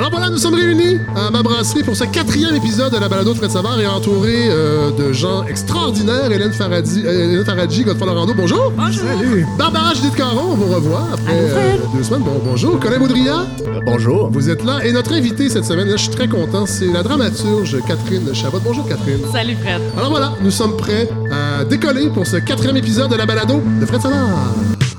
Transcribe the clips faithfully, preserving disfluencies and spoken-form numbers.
Alors voilà, nous sommes réunis à ma brasserie pour ce quatrième épisode de la balado de Fred Savard et entouré euh, de gens extraordinaires. Hélène Faradji, euh, Hélène Faradji, Godefroy Lorando, bonjour. Bonjour. Salut. Barbara Judith Caron, on vous revoit après euh, deux semaines. Bon, bonjour. Colin Baudrillard. Euh, bonjour. Vous êtes là. Et notre invité cette semaine, là, je suis très content, c'est la dramaturge Catherine Chabot. Bonjour Catherine. Salut Fred. Alors voilà, nous sommes prêts à décoller pour ce quatrième épisode de la balado de Fred Savard.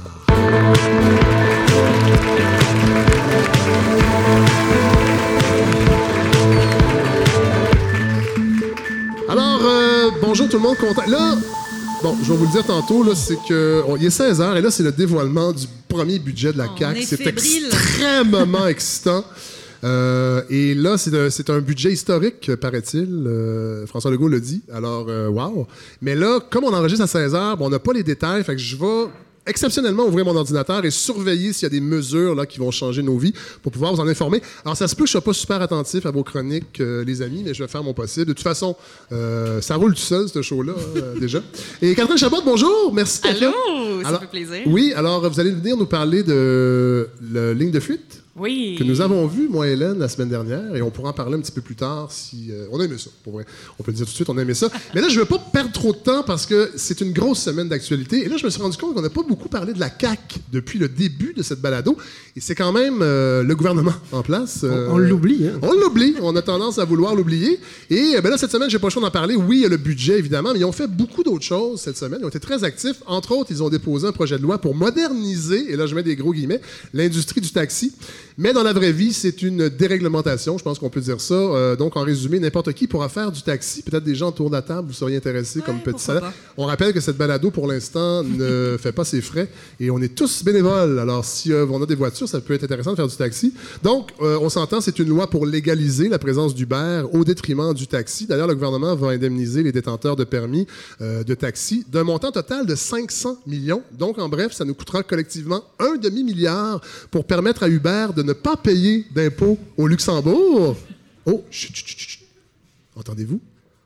Alors, euh, bonjour tout le monde, content. Là, bon, je vais vous le dire tantôt, là, c'est que on, il est seize heures et là, c'est le dévoilement du premier budget de la On C A Q. est C'est fébrile. extrêmement excitant. Euh, et là, c'est un, c'est un budget historique, paraît-il. Euh, François Legault l'a dit. Alors, euh, wow. Mais là, comme on enregistre à seize heures, bon, on n'a pas les détails, fait que je vais exceptionnellement ouvrir mon ordinateur et surveiller s'il y a des mesures là, qui vont changer nos vies pour pouvoir vous en informer. Alors, ça se peut que je ne sois pas super attentif à vos chroniques, euh, les amis, mais je vais faire mon possible. De toute façon, euh, ça roule tout seul, ce show-là, euh, déjà. Et Catherine Chabot, bonjour! Merci d'être là. Allô, ça Alors, fait plaisir. Oui, alors, vous allez venir nous parler de la ligne de fuite Oui. que nous avons vu, moi et Hélène, la semaine dernière, et on pourra en parler un petit peu plus tard si... Euh, on a aimé ça, pour vrai. On peut le dire tout de suite, on a aimé ça. Mais là, je ne veux pas perdre trop de temps parce que c'est une grosse semaine d'actualité. Et là, je me suis rendu compte qu'on n'a pas beaucoup parlé de la C A Q depuis le début de cette balado. Et c'est quand même euh, le gouvernement en place. Euh, On, on l'oublie, hein? On l'oublie. On a tendance à vouloir l'oublier. Et ben là, cette semaine, j'ai pas le choix d'en parler. Oui, il y a le budget, évidemment, mais ils ont fait beaucoup d'autres choses cette semaine. Ils ont été très actifs. Entre autres, ils ont déposé un projet de loi pour moderniser, et là, je mets des gros guillemets, l'industrie du taxi. Mais dans la vraie vie, c'est une déréglementation, je pense qu'on peut dire ça. Euh, donc, en résumé, n'importe qui pourra faire du taxi. Peut-être des gens autour de la table, vous seriez intéressés Ouais, comme petit pourquoi salaire. pas. On rappelle que cette balado, pour l'instant, ne fait pas ses frais et on est tous bénévoles. Alors, si euh, on a des voitures, ça peut être intéressant de faire du taxi. Donc, euh, on s'entend, c'est une loi pour légaliser la présence d'Uber au détriment du taxi. D'ailleurs, le gouvernement va indemniser les détenteurs de permis euh, de taxi d'un montant total de cinq cents millions. Donc, en bref, ça nous coûtera collectivement un demi-milliard pour permettre à Uber de ne pas payer d'impôts au Luxembourg. Oh, chut, chut, chut, chut. Entendez-vous?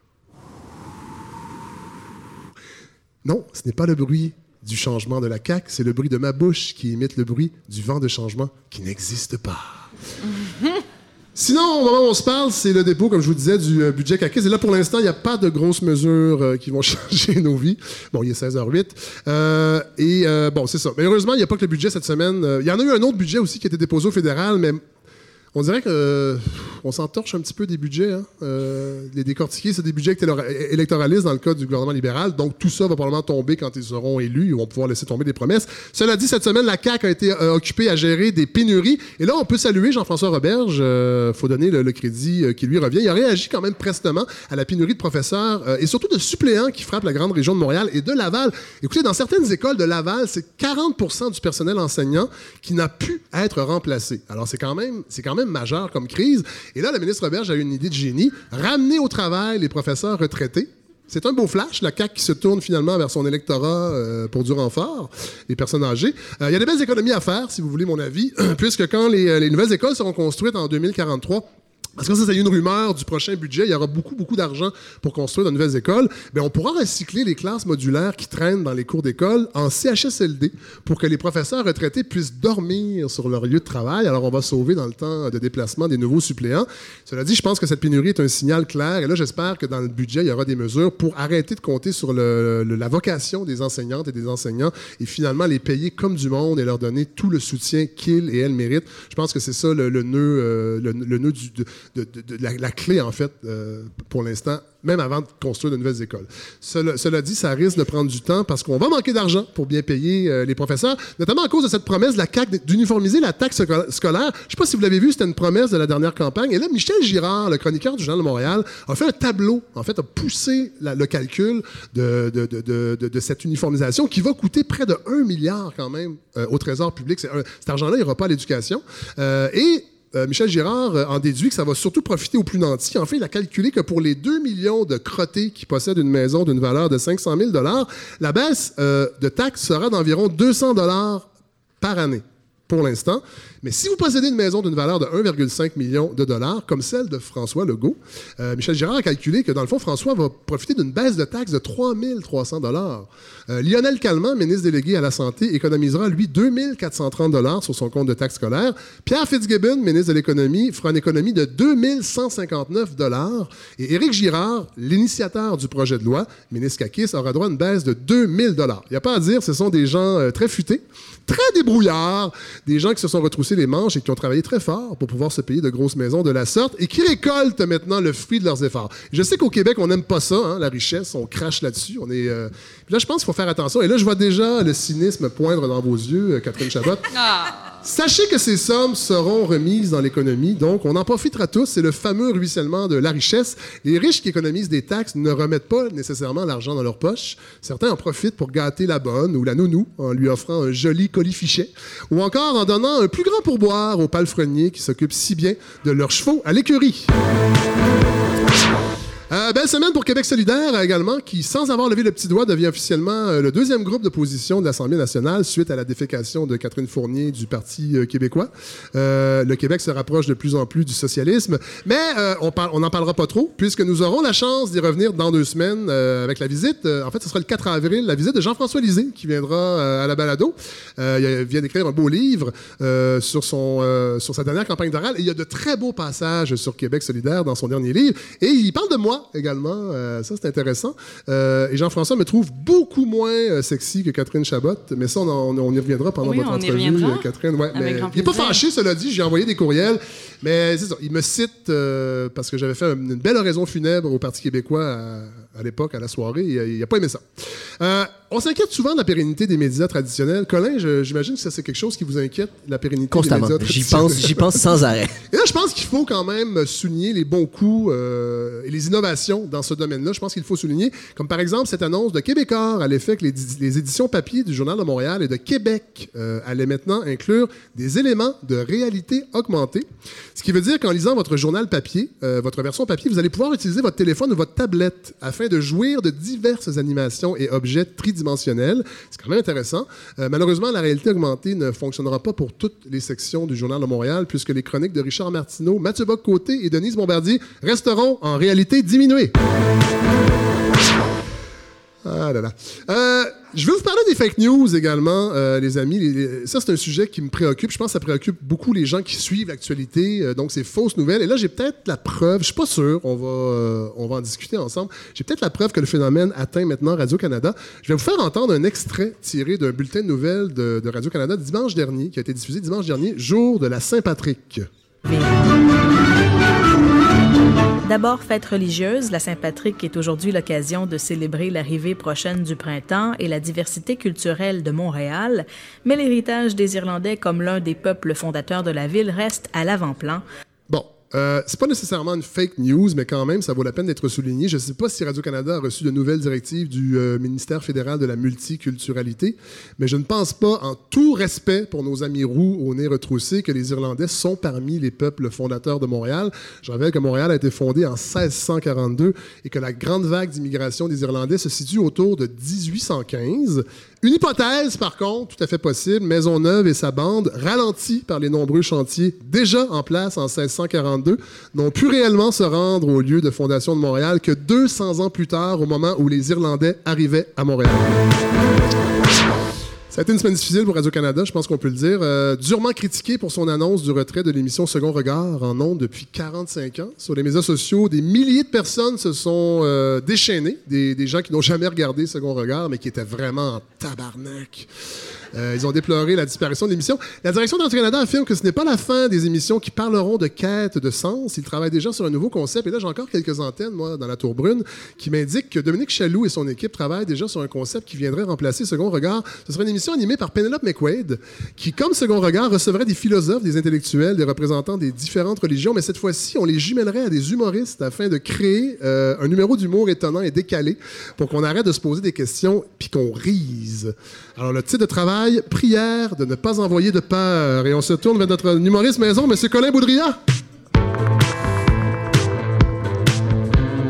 Non, ce n'est pas le bruit du changement de la C A Q, c'est le bruit de ma bouche qui imite le bruit du vent de changement qui n'existe pas. Sinon, au moment où on se parle, c'est le dépôt, comme je vous disais, du euh, budget C A Q. Et là, pour l'instant, il n'y a pas de grosses mesures euh, qui vont changer nos vies. Bon, il est seize heures huit. Euh, et euh, bon, c'est ça. Mais heureusement, il n'y a pas que le budget cette semaine. Euh, il y en a eu un autre budget aussi qui a été déposé au fédéral, mais on dirait qu'on euh, s'entorche un petit peu des budgets. Hein? Euh, les décortiquer, c'est des budgets électoralistes dans le cas du gouvernement libéral. Donc, tout ça va probablement tomber quand ils seront élus. Ils vont pouvoir laisser tomber des promesses. Cela dit, cette semaine, la C A Q a été euh, occupée à gérer des pénuries. Et là, on peut saluer Jean-François Roberge. Il euh, faut donner le, le crédit euh, qui lui revient. Il a réagi quand même prestement à la pénurie de professeurs euh, et surtout de suppléants qui frappent la grande région de Montréal et de Laval. Écoutez, dans certaines écoles de Laval, c'est quarante pour cent du personnel enseignant qui n'a pu être remplacé. Alors, c'est quand même, c'est quand même majeur comme crise. Et là, le ministre Roberge a eu une idée de génie. Ramener au travail les professeurs retraités. C'est un beau flash, la C A Q qui se tourne finalement vers son électorat euh, pour du renfort, les personnes âgées. Il euh, y a des belles économies à faire, si vous voulez mon avis, puisque quand les, les nouvelles écoles seront construites en deux mille quarante-trois, parce que ça, c'est une rumeur du prochain budget. Il y aura beaucoup, beaucoup d'argent pour construire de nouvelles écoles. Bien, on pourra recycler les classes modulaires qui traînent dans les cours d'école en C H S L D pour que les professeurs retraités puissent dormir sur leur lieu de travail. Alors, on va sauver dans le temps de déplacement des nouveaux suppléants. Cela dit, je pense que cette pénurie est un signal clair. Et là, j'espère que dans le budget, il y aura des mesures pour arrêter de compter sur le, le, la vocation des enseignantes et des enseignants et finalement les payer comme du monde et leur donner tout le soutien qu'ils et elles méritent. Je pense que c'est ça le, le nœud, euh, le, le nœud du... De, De, de, de la, la clé, en fait, euh, pour l'instant, même avant de construire de nouvelles écoles. Cela, cela dit, ça risque de prendre du temps parce qu'on va manquer d'argent pour bien payer euh, les professeurs, notamment à cause de cette promesse de la C A Q d'uniformiser la taxe scolaire. Je ne sais pas si vous l'avez vu, c'était une promesse de la dernière campagne. Et là, Michel Girard, le chroniqueur du Journal de Montréal, a fait un tableau, en fait, a poussé la, le calcul de, de, de, de, de, de cette uniformisation qui va coûter près de un milliard quand même euh, au Trésor public. C'est un, cet argent-là, il n'ira pas à l'éducation. Euh, et Euh, Michel Girard euh, en déduit que ça va surtout profiter aux plus nantis. En fait, il a calculé que pour les deux millions de crottés qui possèdent une maison d'une valeur de cinq cent mille dollars, la baisse euh, de taxes sera d'environ deux cents dollars par année pour l'instant. Mais si vous possédez une maison d'une valeur de un virgule cinq million de dollars, comme celle de François Legault, euh, Michel Girard a calculé que, dans le fond, François va profiter d'une baisse de taxes de trois mille trois cents dollars. Euh, Lionel Calment, ministre délégué à la Santé, économisera, lui, deux mille quatre cent trente dollars sur son compte de taxes scolaires. Pierre Fitzgibbon, ministre de l'Économie, fera une économie de deux mille cent cinquante-neuf dollars. Et Éric Girard, l'initiateur du projet de loi, ministre Kakis, aura droit à une baisse de deux mille dollars. Il n'y a pas à dire, ce sont des gens euh, très futés, très débrouillards, des gens qui se sont retroussés les manches et qui ont travaillé très fort pour pouvoir se payer de grosses maisons de la sorte et qui récoltent maintenant le fruit de leurs efforts. Je sais qu'au Québec, on n'aime pas ça, hein, la richesse, on crache là-dessus. On est, euh... Puis là, je pense qu'il faut faire attention. Et là, je vois déjà le cynisme poindre dans vos yeux, euh, Catherine Chabot. Ah. Sachez que ces sommes seront remises dans l'économie, donc on en profitera tous. C'est le fameux ruissellement de la richesse. Les riches qui économisent des taxes ne remettent pas nécessairement l'argent dans leur poche. Certains en profitent pour gâter la bonne ou la nounou en lui offrant un joli colifichet ou encore en donnant un plus grand pourboire aux palefreniers qui s'occupent si bien de leurs chevaux à l'écurie. Euh, belle semaine pour Québec solidaire également, qui, sans avoir levé le petit doigt, devient officiellement euh, le deuxième groupe d'opposition de l'Assemblée nationale suite à la défécation de Catherine Fournier du Parti euh, québécois. Euh, le Québec se rapproche de plus en plus du socialisme, mais euh, on par- on n'en parlera pas trop, puisque nous aurons la chance d'y revenir dans deux semaines euh, avec la visite. Euh, en fait, ce sera le quatre avril, la visite de Jean-François Lisée, qui viendra euh, à la balado. Euh, il vient d'écrire un beau livre euh, sur, son, euh, sur sa dernière campagne orale, et il y a de très beaux passages sur Québec solidaire dans son dernier livre, et il parle de moi également, euh, ça c'est intéressant. Euh, et Jean-François me trouve beaucoup moins euh, sexy que Catherine Chabot, mais ça on, en, on y reviendra pendant oui, votre on entrevue, y reviendra. euh, Catherine. Ouais, Avec mais grand il n'est pas plaisir. fâché, cela dit, j'ai envoyé des courriels, mais c'est ça, il me cite euh, parce que j'avais fait une belle oraison funèbre au Parti québécois à, à l'époque, à la soirée, et il n'a pas aimé ça. Euh, on s'inquiète souvent de la pérennité des médias traditionnels. Colin, je, j'imagine que ça c'est quelque chose qui vous inquiète, la pérennité Constamment. des médias J'y traditionnels. pense, j'y pense sans arrêt. Et là, je pense qu'il faut quand même souligner les bons coups euh, et les innovations dans ce domaine-là. Je pense qu'il faut souligner, comme par exemple cette annonce de Québécois à l'effet que les, les éditions papier du Journal de Montréal et de Québec euh, allaient maintenant inclure des éléments de réalité augmentée. Ce qui veut dire qu'en lisant votre journal papier, euh, votre version papier, vous allez pouvoir utiliser votre téléphone ou votre tablette afin de jouir de diverses animations et objets tridimensionnels. C'est quand même intéressant. Euh, malheureusement, la réalité augmentée ne fonctionnera pas pour toutes les sections du Journal de Montréal puisque les chroniques de Richard Martineau, Mathieu Bock-Côté et Denise Bombardier resteront en réalité diminuées. Ah là là. Euh, je vais vous parler des fake news également, euh, les amis. Les, les, ça, c'est un sujet qui me préoccupe. Je pense que ça préoccupe beaucoup les gens qui suivent l'actualité. Euh, donc, c'est fausses nouvelles. Et là, j'ai peut-être la preuve, je suis pas sûr, on va, euh, on va en discuter ensemble. J'ai peut-être la preuve que le phénomène atteint maintenant Radio-Canada. Je vais vous faire entendre un extrait tiré d'un bulletin de nouvelles de, de Radio-Canada dimanche dernier, qui a été diffusé dimanche dernier, jour de la Saint-Patrick. D'abord, fête religieuse, la Saint-Patrick est aujourd'hui l'occasion de célébrer l'arrivée prochaine du printemps et la diversité culturelle de Montréal, mais l'héritage des Irlandais comme l'un des peuples fondateurs de la ville reste à l'avant-plan. Bon. Euh, c'est pas nécessairement une fake news, mais quand même, ça vaut la peine d'être souligné. Je ne sais pas si Radio-Canada a reçu de nouvelles directives du euh, ministère fédéral de la multiculturalité, mais je ne pense pas, en tout respect pour nos amis roux au nez retroussé, que les Irlandais sont parmi les peuples fondateurs de Montréal. Je rappelle que Montréal a été fondé en seize cent quarante-deux et que la grande vague d'immigration des Irlandais se situe autour de dix-huit cent quinze. Une hypothèse, par contre, tout à fait possible, Maisonneuve et sa bande, ralentis par les nombreux chantiers déjà en place en seize cent quarante-deux, n'ont pu réellement se rendre au lieu de fondation de Montréal que deux cents ans plus tard, au moment où les Irlandais arrivaient à Montréal. Ça a été une semaine difficile pour Radio-Canada, je pense qu'on peut le dire. Euh, durement critiqué pour son annonce du retrait de l'émission Second Regard en ondes depuis quarante-cinq ans. Sur les médias sociaux, des milliers de personnes se sont euh, déchaînées, des, des gens qui n'ont jamais regardé Second Regard, mais qui étaient vraiment en tabarnak. Euh, ils ont déploré la disparition de l'émission. La direction de Radio-Canada affirme que ce n'est pas la fin des émissions qui parleront de quête de sens. Ils travaillent déjà sur un nouveau concept. Et là, j'ai encore quelques antennes, moi, dans la Tour Brune, qui m'indiquent que Dominique Chaloux et son équipe travaillent déjà sur un concept qui viendrait remplacer Second Regard. Ce serait une émission animée par Penelope McQuaid, qui, comme Second Regard, recevrait des philosophes, des intellectuels, des représentants des différentes religions, mais cette fois-ci, on les jumellerait à des humoristes afin de créer euh, un numéro d'humour étonnant et décalé pour qu'on arrête de se poser des questions puis qu'on rise. Alors, le titre de travail, prière de ne pas envoyer de peur. Et on se tourne vers notre humoriste maison, M. Colin Boudria.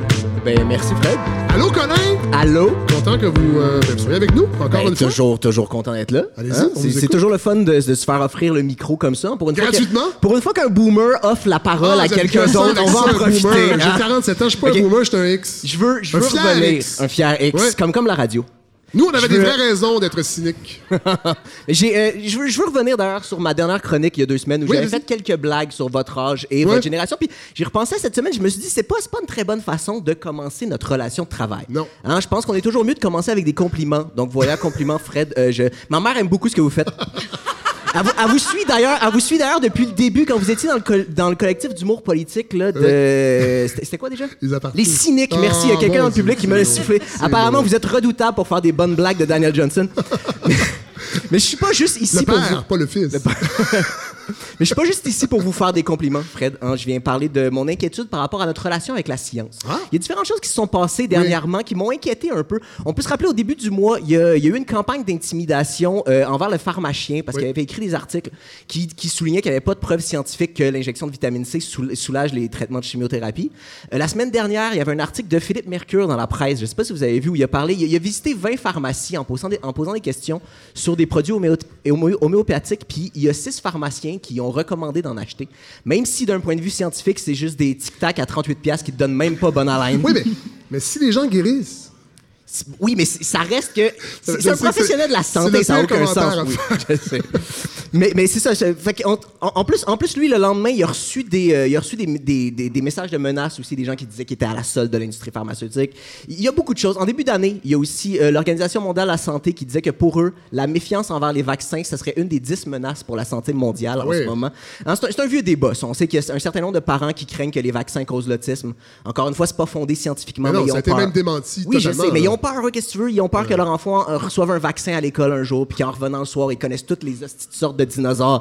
Ben, merci, Fred. Allô, Colin? Allô? Content que vous, euh, ben, vous soyez avec nous, encore Ben, une fois. toujours, toujours content d'être là. Allez-y, Hein? on C'est, vous c'est écoute. toujours le fun de, de se faire offrir le micro comme ça. Pour une Gratuitement? Fois que, pour une fois qu'un boomer offre la parole Ah, à vous êtes quelqu'un bien d'autre, ça, on va en un profiter. boomer. hein? J'ai quarante-sept ans, je suis pas Ok. un boomer, je suis un X. Je veux, je Un veux fier revenir. X. Un fier X, Ouais. comme, comme la radio. Nous, on avait Je des veux- vraies raisons d'être cyniques. Mais j'ai, euh, je, veux, je veux revenir d'ailleurs sur ma dernière chronique il y a deux semaines où Oui, j'avais vas-y. fait quelques blagues sur votre âge et Ouais. votre génération. Puis j'ai repensé à cette semaine, je me suis dit, c'est pas, c'est pas une très bonne façon de commencer notre relation de travail. Non. Hein, je pense qu'on est toujours mieux de commencer avec des compliments. Donc voilà, compliment, Fred. Euh, je... Ma mère aime beaucoup ce que vous faites. Elle vous, elle vous suit d'ailleurs, elle vous suit d'ailleurs depuis le début quand vous étiez dans le, col- dans le collectif d'humour politique là, de. C'était, c'était quoi déjà? Les apartés. Les cyniques, Ah, merci. Il y a quelqu'un bon dans le public Dieu, qui me l'a c'est sifflé. beau. Apparemment, C'est beau. vous êtes redoutable pour faire des bonnes blagues de Daniel Johnson. mais, mais je suis pas juste ici Le pour père, vous. pas le fils. Mais je suis pas juste ici pour vous faire des compliments, Fred. Hein. Je viens parler de mon inquiétude par rapport à notre relation avec la science. Ah. Il y a différentes choses qui se sont passées dernièrement qui m'ont inquiété un peu. On peut se rappeler au début du mois, il y a, il y a eu une campagne d'intimidation euh, envers le pharmacien parce Oui. qu'il avait écrit des articles qui, qui soulignaient qu'il n'y avait pas de preuves scientifiques que l'injection de vitamine C soul- soulage les traitements de chimiothérapie. Euh, la semaine dernière, il y avait un article de Philippe Mercure dans la presse. Je sais pas si vous avez vu où il a parlé. Il a, il a visité vingt pharmacies en posant des, en posant des questions sur des produits homéo- homéo- homéopathiques. Puis il y a six pharmaciens qui ont recommandé d'en acheter. Même si d'un point de vue scientifique, c'est juste des tic-tac à trente-huit piastres qui te donnent même pas bonne haleine. Oui, mais, mais si les gens guérissent, C'est- Oui, mais c'est- ça reste que. C'est, Je c'est un sais, professionnel de la c'est- santé, c'est ça n'a le pire aucun sens. commentaire à Oui, je sais. mais, mais c'est ça. je- fait que on- en, en plus, en plus, lui, le lendemain, il a reçu, des, euh, il a reçu des, des, des, des messages de menaces aussi, des gens qui disaient qu'il était à la solde de l'industrie pharmaceutique. Il y a beaucoup de choses. En début d'année, il y a aussi euh, l'Organisation mondiale de la santé qui disait que pour eux, la méfiance envers les vaccins, ce serait une des dix menaces pour la santé mondiale en Oui. ce moment. Hein, c'est, un, c'est un vieux débat. Ça. On sait qu'il y a un certain nombre de parents qui craignent que les vaccins causent l'autisme. Encore une fois, c'est pas fondé scientifiquement, mais non, mais ils ça a ont été peur. même démenti Oui, je totalement. sais, mais ils là. ont peur, eux, qu'est-ce que tu veux? Ils ont peur que leur enfant euh, reçoive un vaccin à l'école un jour, puis qu'en revenant le soir, ils connaissent toutes les hosties de sortes de dinosaures.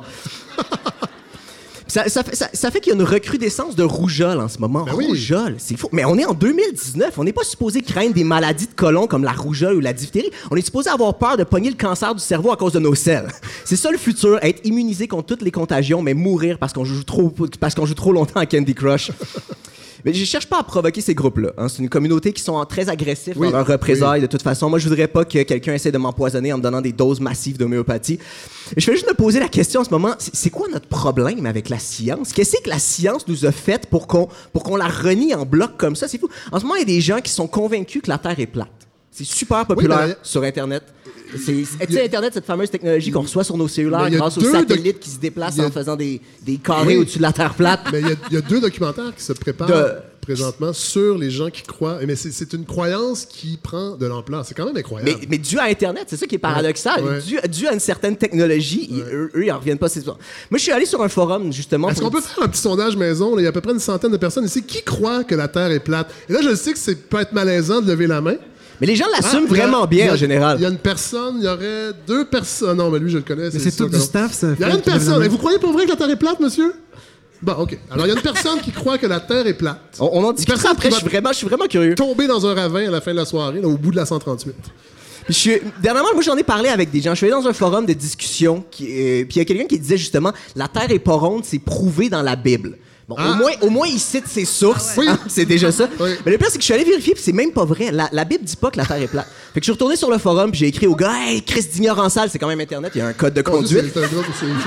Ça, ça fait, ça- ça fait qu'il y a une recrudescence de rougeole en ce moment. Ben oui. Rougeole, c'est fou. Mais on est en deux mille dix-neuf. On n'est pas supposé craindre des maladies de côlon comme la rougeole ou la diphtérie. On est supposé avoir peur de pogner le cancer du cerveau à cause de nos selles. C'est ça le futur, être immunisé contre toutes les contagions, mais mourir parce qu'on joue trop, parce qu'on joue trop longtemps à Candy Crush. Mais je cherche pas à provoquer ces groupes-là. Hein. C'est une communauté qui sont très agressifs Oui, dans leurs représailles. oui. De toute façon, moi, je voudrais pas que quelqu'un essaie de m'empoisonner en me donnant des doses massives d'homéopathie. Je vais juste me poser la question en ce moment, c'est, c'est quoi notre problème avec la science? Qu'est-ce que la science nous a fait pour qu'on, pour qu'on la renie en bloc comme ça? C'est fou. En ce moment, il y a des gens qui sont convaincus que la Terre est plate. C'est super populaire Oui, mais- sur Internet. C'est, tu sais, Internet, cette fameuse technologie qu'on reçoit sur nos Mais cellulaires il y a grâce aux deux doc- satellites qui se déplacent il y a- en faisant des, des carrés Oui. au-dessus de la Terre plate. Mais il y a- il y, a deux documentaires qui se préparent De- présentement sur les gens qui croient. Mais c'est, c'est une croyance qui prend de l'ampleur. C'est quand même incroyable. Mais, mais dû à Internet, c'est ça qui est paradoxal. Ouais. Dû, dû à une certaine technologie, ils- eux, eux, ils en reviennent pas. C'est ça. Moi, je suis allé sur un forum, justement. Est-ce pour- qu'on peut faire un petit sondage maison? là? Il y a à peu près une centaine de personnes ici qui croient que la Terre est plate. Et là, je sais que c'est peut être malaisant de lever la main. Mais les gens l'assument Ah, il y a- vraiment il y bien, a- en général. Il y a une personne, il y aurait deux personnes. Non, mais lui, je le connais. Mais c'est sûr tout que du non. staff, ça. Il y aurait une personne. Et vous croyez pour vrai que la Terre est plate, monsieur? Bon, OK. Alors, il y a une personne qui croit que la Terre est plate. On, on en Une discutera personne après. qui Je suis va vraiment, je suis vraiment curieux. tomber dans un ravin à la fin de la soirée, là, au bout de la cent trente-huit. Puis je suis- dernièrement, moi, j'en ai parlé avec des gens. Je suis allé dans un forum de discussion, qui, euh, puis il y a quelqu'un qui disait justement, la Terre est pas ronde, c'est prouvé dans la Bible. Bon, Ah. au, moins, au moins, il cite ses sources. Oui. hein, c'est déjà ça. Oui. Mais le pire, c'est que je suis allé vérifier, puis c'est même pas vrai. La, la Bible dit pas que la Terre est plate. Fait que je suis retourné sur le forum, puis j'ai écrit au gars, hey, Christ d'ignorance sale, c'est quand même Internet, il y a un code de conduite. C'est un gros-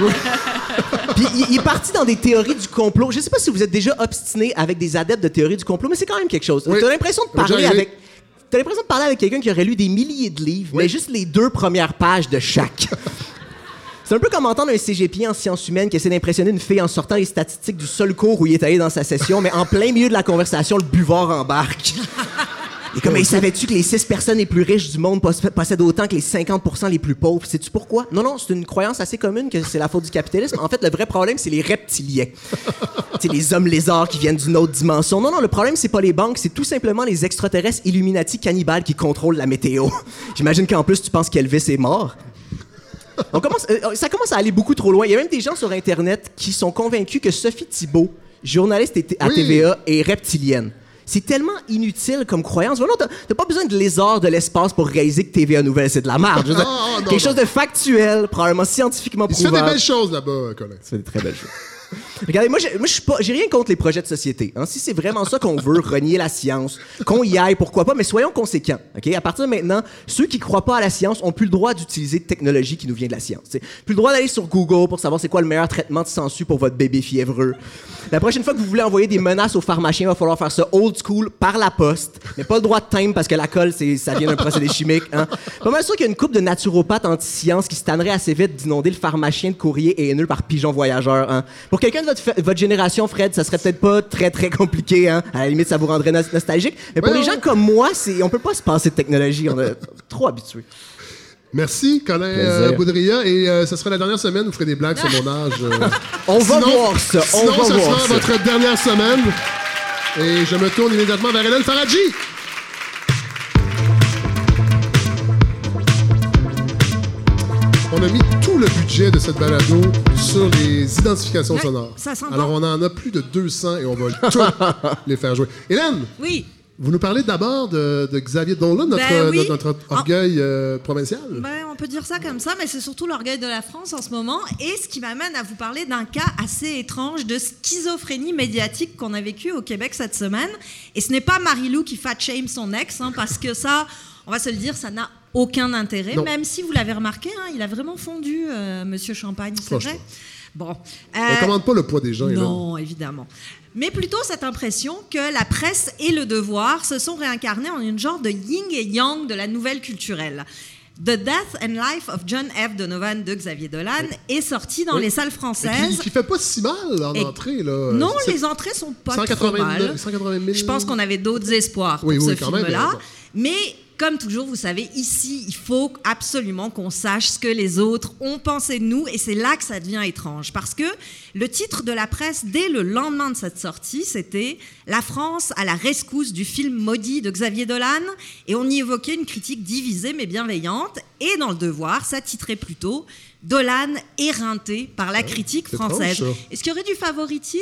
c'est- Puis il, il est parti dans des théories du complot. Je sais pas si vous êtes déjà obstiné avec des adeptes de théories du complot, mais c'est quand même quelque chose. Oui. T'as l'impression de Ça m'est parler déjà arrivé. avec. T'as l'impression de parler avec quelqu'un qui aurait lu des milliers de livres, mais juste les deux premières pages de chaque. C'est un peu comme entendre un cégepier en sciences humaines qui essaie d'impressionner une fille en sortant les statistiques du seul cours où il est allé dans sa session, mais en plein milieu de la conversation, le buvard embarque. Et comme, hey, savais-tu que les six personnes les plus riches du monde poss- possèdent autant que les cinquante pour cent les plus pauvres? Sais-tu pourquoi? Non, non, c'est une croyance assez commune que c'est la faute du capitalisme. En fait, le vrai problème, c'est les reptiliens. Tu sais, les hommes lézards qui viennent d'une autre dimension. Non, non, le problème, c'est pas les banques, c'est tout simplement les extraterrestres Illuminati cannibales qui contrôlent la météo. J'imagine qu'en plus, tu penses qu'Elvis est mort. On commence, euh, ça commence à aller beaucoup trop loin. Il y a même des gens sur Internet qui sont convaincus que Sophie Thibault, journaliste à Oui. T V A, est reptilienne. C'est tellement inutile comme croyance. Vraiment, t'as, t'as pas besoin de lézard de l'espace pour réaliser que T V A Nouvelles, c'est de la merde. Je veux dire, Ah, ah, non, quelque non. chose de factuel, probablement scientifiquement Il se fait prouvable. des belles choses là-bas, Colin. Ça fait des très belles choses. Regardez, moi, j'ai, moi, je suis pas, j'ai rien contre les projets de société. Hein. Si c'est vraiment ça qu'on veut, renier la science, qu'on y aille, pourquoi pas, mais soyons conséquents. Okay? À partir de maintenant, ceux qui croient pas à la science ont plus le droit d'utiliser de technologie qui nous vient de la science. T'sais. Plus le droit d'aller sur Google pour savoir c'est quoi le meilleur traitement de sangsue pour votre bébé fiévreux. La prochaine fois que vous voulez envoyer des menaces aux pharmaciens, il va falloir faire ça old school par la poste, mais pas le droit de timbre parce que la colle, c'est, ça vient d'un procédé chimique. Hein. Pas mal sûr qu'il y a une couple de naturopathes anti-science qui se tanneraient assez vite d'inonder le pharmacien de courrier et haineux par pigeon voyageur. Hein. Pour quelqu'un de votre, votre génération, Fred, ça serait peut-être pas très, très compliqué. Hein. À la limite, ça vous rendrait no- nostalgique. Mais pour ouais, les gens ouais. comme moi, c'est, on peut pas se passer de technologie. On est trop habitués. Merci, Colin euh, Boudria. Et euh, ce sera la dernière semaine où vous ferez des blagues sur mon âge. Euh. On sinon, va voir ça. On sinon, va ce voir sera ça. votre dernière semaine. Et je me tourne immédiatement vers Hélène Faradji. On a mis tout le budget de cette balado sur les identifications ouais, sonores. Ça sent Alors, bon. on en a plus de deux cents et on va tous les faire jouer. Hélène! Oui. Vous nous parlez d'abord de, de Xavier Dolan, notre, ben oui. notre, notre orgueil oh. euh, provincial. Ben, on peut dire ça comme ça, mais c'est surtout l'orgueil de la France en ce moment. Et ce qui m'amène à vous parler d'un cas assez étrange de schizophrénie médiatique qu'on a vécu au Québec cette semaine. Et ce n'est pas Marie-Lou qui fat shame son ex, hein, parce que ça, on va se le dire, ça n'a aucun intérêt. Non. Même si vous l'avez remarqué, hein, il a vraiment fondu, euh, Monsieur Champagne, c'est Franchement. vrai. Bon. Euh, on ne commande pas le poids des gens. Non, évidemment. Mais plutôt cette impression que la presse et le devoir se sont réincarnés en une genre de yin et yang de la nouvelle culturelle. The Death and Life of John F. Donovan de Xavier Dolan oui. est sorti dans oui. les salles françaises. Qui, qui fait pas si mal en et entrée. Là. Non, c'est les entrées sont pas cent quatre-vingt trop mal. cent quatre-vingt mille. Je pense qu'on avait d'autres espoirs oui, pour oui, ce quand film-là. Même, mais comme toujours, vous savez, ici, il faut absolument qu'on sache ce que les autres ont pensé de nous, et c'est là que ça devient étrange. Parce que le titre de la presse, dès le lendemain de cette sortie, c'était « La France à la rescousse du film maudit de Xavier Dolan », et on y évoquait une critique divisée mais bienveillante, et dans Le Devoir, ça titrait plutôt « Dolan éreinté par la critique c'est française ». Étrange, Est-ce qu'il y aurait du favoritisme ?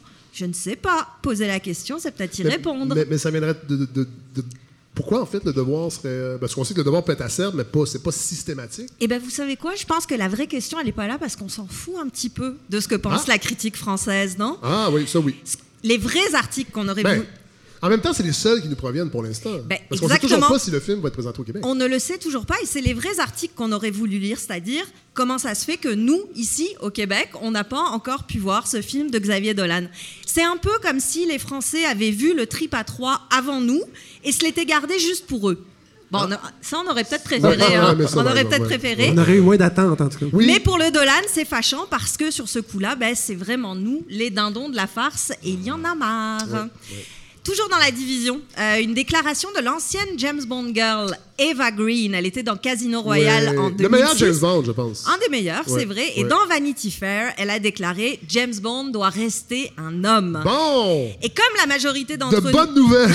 Je ne sais pas. Poser la question, c'est peut-être y mais, répondre. Mais, mais ça viendrait de... de, de, de... Pourquoi, en fait, le devoir serait... Parce qu'on sait que le devoir peut être acerbe, mais pas, c'est pas systématique. Eh bien, vous savez quoi? Je pense que la vraie question, elle n'est pas là parce qu'on s'en fout un petit peu de ce que pense ah. la critique française, non? Ah oui, ça oui. Les vrais articles qu'on aurait ben, voulu... En même temps, c'est les seuls qui nous proviennent pour l'instant. Ben, parce qu'on ne sait toujours pas si le film va être présenté au Québec. On ne le sait toujours pas, et c'est les vrais articles qu'on aurait voulu lire, c'est-à-dire comment ça se fait que nous, ici, au Québec, on n'a pas encore pu voir ce film de Xavier Dolan. C'est un peu comme si les Français avaient vu le Trip à trois avant nous et se l'étaient gardé juste pour eux. Bon, ah. on a, ça, on aurait peut-être préféré. Ah, hein. ouais, on aurait peut-être ouais. préféré. On aurait eu moins d'attente, en tout cas. Oui. Mais pour le Dolan, c'est fâchant parce que sur ce coup-là, ben, c'est vraiment nous, les dindons de la farce, et il y en a marre. Ouais, ouais. Toujours dans la division, euh, une déclaration de l'ancienne James Bond girl Eva Green. Elle était dans Casino Royale ouais. en deux mille six. Le meilleur James Bond, je pense. Un des meilleurs, ouais. c'est vrai. Et ouais. dans Vanity Fair, elle a déclaré « James Bond doit rester un homme ». Bon! Et comme la majorité d'entre de nous... De bonnes nouvelles!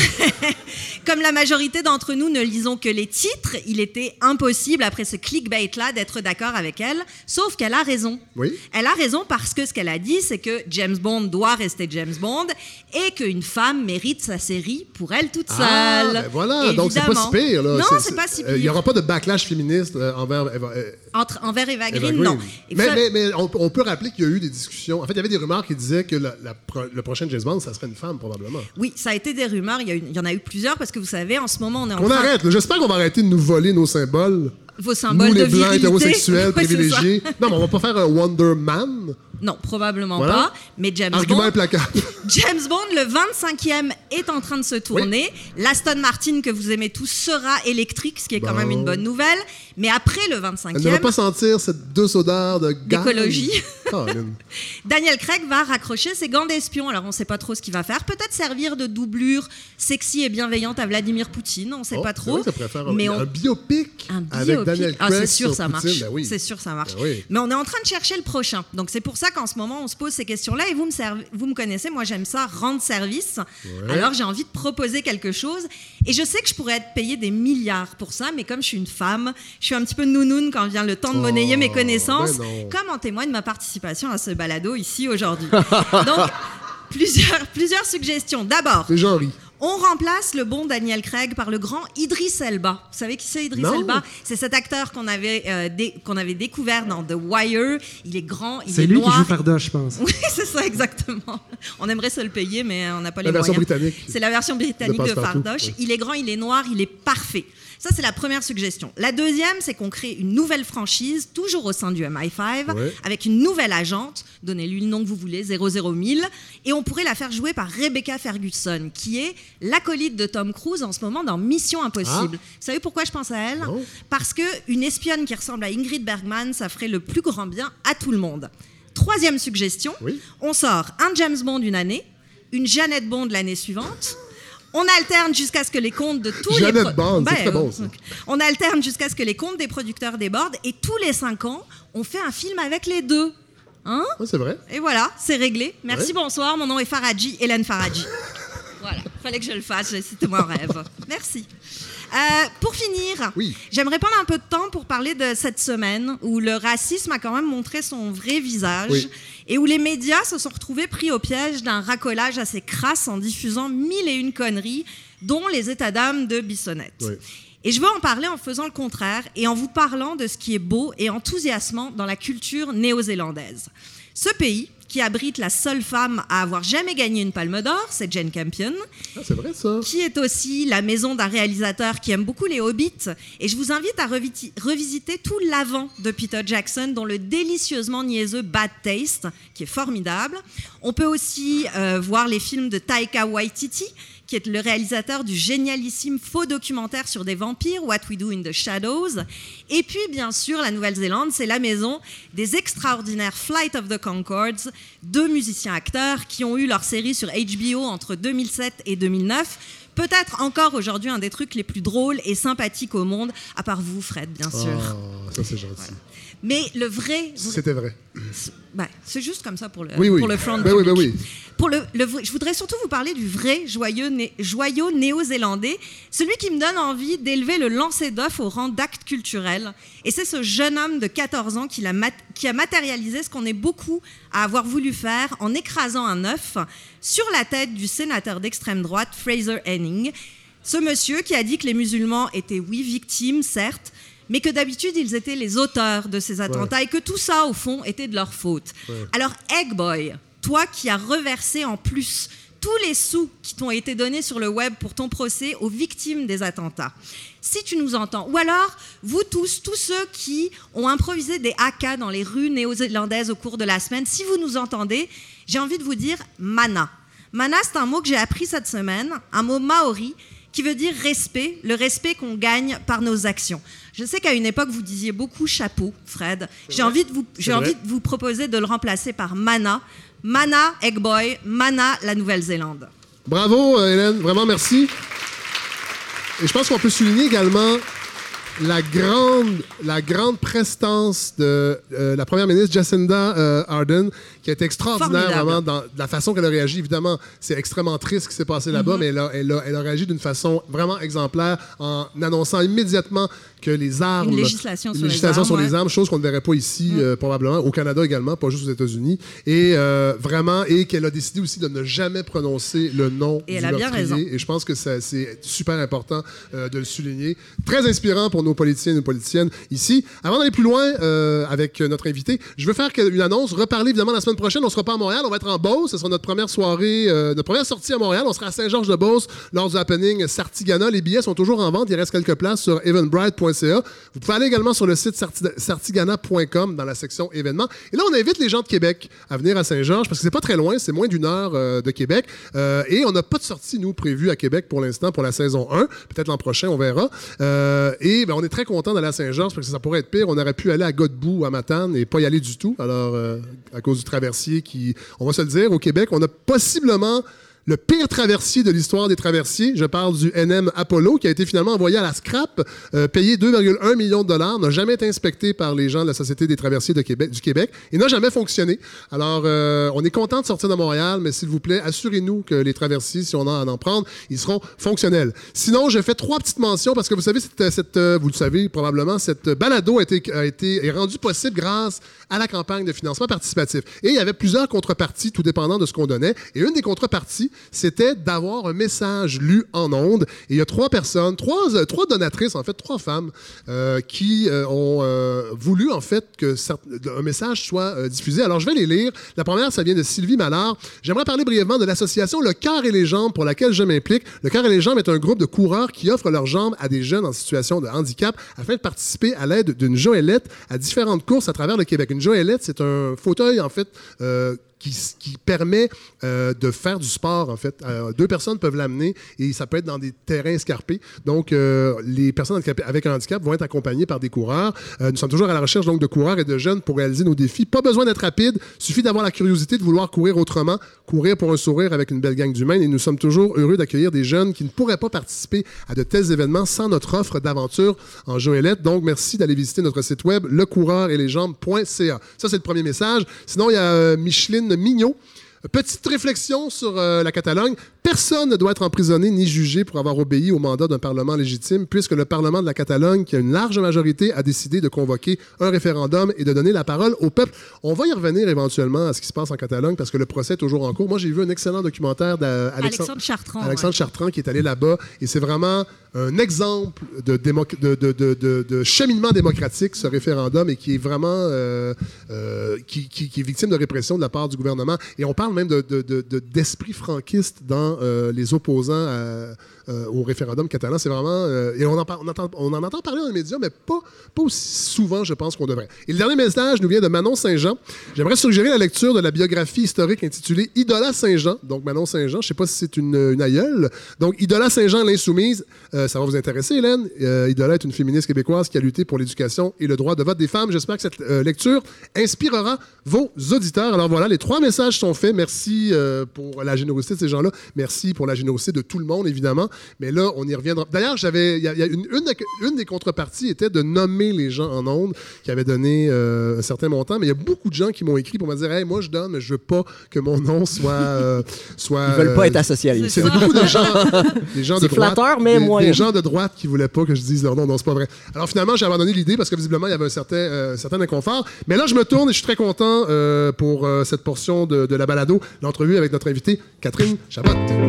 Comme la majorité d'entre nous ne lisons que les titres, il était impossible, après ce clickbait-là, d'être d'accord avec elle. Sauf qu'elle a raison. Oui. Elle a raison parce que ce qu'elle a dit, c'est que James Bond doit rester James Bond et qu'une femme mérite sa série pour elle toute seule. Ah, ben voilà, évidemment. Donc c'est pas si pire. Là. Non, c'est, c'est, c'est pas si pire. Il euh, n'y aura pas de backlash féministe euh, envers Eva, euh, Entre, envers Eva Green, Eva Green. non. Mais, fa... mais, mais on, on peut rappeler qu'il y a eu des discussions. En fait, il y avait des rumeurs qui disaient que la, la, le prochain James Bond, ça serait une femme, probablement. Oui, ça a été des rumeurs. Il y, a eu, il y en a eu plusieurs parce que vous savez, en ce moment, on est en on train... arrête. Là. J'espère qu'on va arrêter de nous voler nos symboles. Vos symboles nous, de les blancs virilité. hétérosexuels ouais, privilégiés. Non, mais on va pas faire un Wonder Man. Non, probablement voilà. pas. Mais James Argument Bond, implacable. James Bond, le vingt-cinquième, est en train de se tourner. Oui. L'Aston Martin que vous aimez tous sera électrique, ce qui est bon. Quand même une bonne nouvelle. Mais après le vingt-cinquième... Elle ne va pas sentir cette douce odeur de gaz. D'écologie. Oh, Daniel Craig va raccrocher ses gants d'espion. Alors, on ne sait pas trop ce qu'il va faire. Peut-être servir de doublure sexy et bienveillante à Vladimir Poutine. On ne sait oh, pas trop. Ça préfère mais un, on... un biopic un biopic avec Daniel Craig. Ah, c'est sûr, sur ça Poutine. marche. Ben oui. C'est sûr, ça marche. Ben oui. Mais on est en train de chercher le prochain. Donc, c'est pour ça qu'en ce moment, on se pose ces questions-là. Et vous me, serv... vous me connaissez, moi, j'aime ça, rendre service. Ouais. Alors, j'ai envie de proposer quelque chose. Et je sais que je pourrais être payée des milliards pour ça. Mais comme je suis une femme, je suis un petit peu nounoune quand vient le temps de monnayer oh, mes connaissances. Ben comme en témoigne ma participation à ce balado ici aujourd'hui. Donc, plusieurs, plusieurs suggestions. D'abord, c'est gentil. On remplace le bon Daniel Craig par le grand Idris Elba. Vous savez qui c'est Idris Non. Elba? C'est cet acteur qu'on avait, euh, dé- qu'on avait découvert dans The Wire. Il est grand, il C'est est lui noir. qui joue Fardoche, je pense. Oui, c'est ça, exactement. On aimerait se le payer, mais on n'a pas La les version moyens. britannique. C'est la version britannique De de, Passepartout, Fardoche. oui. Il est grand, il est noir, il est parfait. Ça, c'est la première suggestion. La deuxième, c'est qu'on crée une nouvelle franchise, toujours au sein du M I cinq, Ouais. avec une nouvelle agente, donnez-lui le nom que vous voulez, zéro zéro mille, et on pourrait la faire jouer par Rebecca Ferguson, qui est l'acolyte de Tom Cruise en ce moment dans Mission Impossible. Ah. Vous savez pourquoi je pense à elle? Non. Parce qu'une espionne qui ressemble à Ingrid Bergman, ça ferait le plus grand bien à tout le monde. Troisième suggestion, Oui. on sort un James Bond une année, une Jeannette Bond l'année suivante. On alterne jusqu'à ce que les comptes de tous Jeannette les... pro- Bond, c'est Ben, très bon, euh, ça. On alterne jusqu'à ce que les comptes des producteurs débordent et tous les cinq ans, on fait un film avec les deux. Hein? Ouais, c'est vrai. Et voilà, c'est réglé. Merci, Ouais. bonsoir. Mon nom est Faradji, Hélène Faradji. Voilà, fallait que je le fasse, c'était mon rêve. Merci. Euh, pour finir, Oui. j'aimerais prendre un peu de temps pour parler de cette semaine où le racisme a quand même montré son vrai visage Oui. et où les médias se sont retrouvés pris au piège d'un racolage assez crasse en diffusant mille et une conneries, dont les états d'âme de Bissonnette. Oui. Et je veux en parler en faisant le contraire et en vous parlant de ce qui est beau et enthousiasmant dans la culture néo-zélandaise. Ce pays, qui abrite la seule femme à avoir jamais gagné une palme d'or, c'est Jane Campion, Ah, c'est vrai, ça. qui est aussi la maison d'un réalisateur qui aime beaucoup les Hobbits. Et je vous invite à reviti- revisiter tout l'avant de Peter Jackson, dont le délicieusement niaiseux Bad Taste, qui est formidable. On peut aussi euh, voir les films de Taika Waititi, qui est le réalisateur du génialissime faux documentaire sur des vampires, What We Do in the Shadows. Et puis, bien sûr, la Nouvelle-Zélande, c'est la maison des extraordinaires Flight of the Conchords, deux musiciens-acteurs qui ont eu leur série sur H B O entre deux mille sept et deux mille neuf. Peut-être encore aujourd'hui un des trucs les plus drôles et sympathiques au monde, à part vous, Fred, bien sûr. Oh, ça, c'est gentil. Mais le vrai... C'était vrai. Ben, c'est juste comme ça pour le, Oui, oui. pour le front Ben oui, ben public. oui. Pour le, le vrai- je voudrais surtout vous parler du vrai joyeux né- joyau néo-zélandais, celui qui me donne envie d'élever le lancer d'œuf au rang d'acte culturel. Et c'est ce jeune homme de quatorze ans qui, l'a mat- qui a matérialisé ce qu'on est beaucoup à avoir voulu faire en écrasant un œuf sur la tête du sénateur d'extrême droite Fraser Anning. Ce monsieur qui a dit que les musulmans étaient, oui, victimes, certes, mais que d'habitude, ils étaient les auteurs de ces attentats et que tout ça, au fond, était de leur faute. Ouais. Alors, Eggboy, toi qui as reversé en plus tous les sous qui t'ont été donnés sur le web pour ton procès aux victimes des attentats, si tu nous entends, ou alors vous tous, tous ceux qui ont improvisé des haka dans les rues néo-zélandaises au cours de la semaine, si vous nous entendez, j'ai envie de vous dire mana. Mana, c'est un mot que j'ai appris cette semaine, un mot maori qui veut dire respect, le respect qu'on gagne par nos actions. Je sais qu'à une époque, vous disiez beaucoup chapeau, Fred. J'ai vrai. envie de vous, j'ai C'est envie vrai. de vous proposer de le remplacer par mana. Mana, Eggboy, Mana, la Nouvelle-Zélande. Bravo, euh, Hélène. Vraiment, merci. Et je pense qu'on peut souligner également la grande, la grande prestance de euh, la première ministre Jacinda euh, Ardern, qui a été extraordinaire Formidable. vraiment dans la façon qu'elle a réagi. Évidemment, c'est extrêmement triste ce qui s'est passé là-bas, mais elle a, elle, a, elle a réagi d'une façon vraiment exemplaire en annonçant immédiatement que les armes... Une législation une sur les législation armes, sur les ouais. armes, chose qu'on ne verrait pas ici, euh, probablement, au Canada également, pas juste aux États-Unis. Et euh, vraiment, et qu'elle a décidé aussi de ne jamais prononcer le nom Et du elle a bien meurtrier. raison. Et je pense que ça, c'est super important euh, de le souligner. Très inspirant pour nos politiciens et nos politiciennes ici. Avant d'aller plus loin euh, avec notre invité, je veux faire une annonce, reparler évidemment la semaine prochaine. On ne sera pas à Montréal, on va être en Beauce. Ce sera notre première soirée, euh, notre première sortie à Montréal. On sera à Saint-Georges-de-Beauce lors du happening Sartigana. Les billets sont toujours en vente. Il reste quelques places sur eventbrite point c a. Vous pouvez aller également sur le site sarti- sartigana point com dans la section événements. Et là, on invite les gens de Québec à venir à Saint-Georges parce que c'est pas très loin, c'est moins d'une heure euh, de Québec. Euh, et on n'a pas de sortie, nous, prévue à Québec pour l'instant pour la saison un. Peut-être l'an prochain, on verra. Euh, et ben, on est très content d'aller à Saint-Georges parce que ça pourrait être pire. On aurait pu aller à Godbout ou à Matane et pas y aller du tout. Alors, euh, à cause du traversier qui, on va se le dire, au Québec, on a possiblement le pire traversier de l'histoire des traversiers. Je parle du N M Apollo qui a été finalement envoyé à la scrap, euh, payé deux virgule un millions de dollars, n'a jamais été inspecté par les gens de la Société des traversiers de Québec, du Québec et n'a jamais fonctionné. Alors, euh, on est content de sortir de Montréal, mais s'il vous plaît, assurez-nous que les traversiers, si on a à en prendre, ils seront fonctionnels. Sinon, je fais trois petites mentions parce que vous savez, cette, cette, euh, vous le savez probablement, cette balado a été, a été, est rendue possible grâce à la campagne de financement participatif. Et il y avait plusieurs contreparties, tout dépendant de ce qu'on donnait. Et une des contreparties, c'était d'avoir un message lu en ondes. Et il y a trois personnes, trois, euh, trois donatrices, en fait, trois femmes, euh, qui euh, ont euh, voulu, en fait, que un message soit euh, diffusé. Alors, je vais les lire. La première, ça vient de Sylvie Mallard. J'aimerais parler brièvement de l'association Le Cœur et les Jambes pour laquelle je m'implique. Le Cœur et les Jambes est un groupe de coureurs qui offre leurs jambes à des jeunes en situation de handicap afin de participer à l'aide d'une joëlette à différentes courses à travers le Québec. Une joëlette, c'est un fauteuil, en fait, euh, Qui, qui permet euh, de faire du sport, en fait. Euh, deux personnes peuvent l'amener et ça peut être dans des terrains escarpés. Donc, euh, les personnes avec un handicap vont être accompagnées par des coureurs. Euh, nous sommes toujours à la recherche donc de coureurs et de jeunes pour réaliser nos défis. Pas besoin d'être rapide, suffit d'avoir la curiosité de vouloir courir autrement, courir pour un sourire avec une belle gang d'humains. Et nous sommes toujours heureux d'accueillir des jeunes qui ne pourraient pas participer à de tels événements sans notre offre d'aventure en joëlette. Donc, merci d'aller visiter notre site web le coureur et les jambes point c a. Ça, c'est le premier message. Sinon, il y a euh, Micheline Mignot. Petite réflexion sur euh, la Catalogne. Personne ne doit être emprisonné ni jugé pour avoir obéi au mandat d'un Parlement légitime, puisque le Parlement de la Catalogne, qui a une large majorité, a décidé de convoquer un référendum et de donner la parole au peuple. On va y revenir éventuellement à ce qui se passe en Catalogne, parce que le procès est toujours en cours. Moi, j'ai vu un excellent documentaire d'Alexandre Chartrand, Alexandre ouais. Chartrand qui est allé là-bas, et c'est vraiment un exemple de, démo de, de, de, de, de cheminement démocratique, ce référendum, et qui est vraiment euh, euh, qui, qui, qui est victime de répression de la part du gouvernement. Et on parle même de, de, de, de, d'esprit franquiste dans euh, les opposants à, euh, au référendum catalan. C'est vraiment... Euh, et on en, par, on, entend, on en entend parler dans les médias, mais pas, pas aussi souvent, je pense, qu'on devrait. Et le dernier message nous vient de Manon Saint-Jean. J'aimerais suggérer la lecture de la biographie historique intitulée Idola Saint-Jean. Donc, Manon Saint-Jean, je ne sais pas si c'est une, une aïeule. Donc, Idola Saint-Jean, l'insoumise. Euh, ça va vous intéresser, Hélène. Euh, Idola est une féministe québécoise qui a lutté pour l'éducation et le droit de vote des femmes. J'espère que cette euh, lecture inspirera vos auditeurs. Alors voilà, les trois messages sont faits. Merci euh, pour la générosité de ces gens-là. Merci pour la générosité de tout le monde, évidemment. Mais là, on y reviendra. D'ailleurs, j'avais, il y a, y a une, une, une des contreparties était de nommer les gens en ondes qui avaient donné euh, un certain montant. Mais il y a beaucoup de gens qui m'ont écrit pour me dire, hey, moi, je donne, mais je veux pas que mon nom soit, euh, soit. Ils veulent euh, pas être associés à lui. C'est beaucoup de gens, des gens de droite, flatteur, mais des, moyen. des gens de droite qui voulaient pas que je dise leur nom. Non, c'est pas vrai. Alors finalement, j'ai abandonné l'idée parce que visiblement, il y avait un certain, euh, certain inconfort. Mais là, je me tourne et je suis très content euh, pour euh, cette portion de, de la balado, l'entrevue avec notre invitée Catherine Chabot.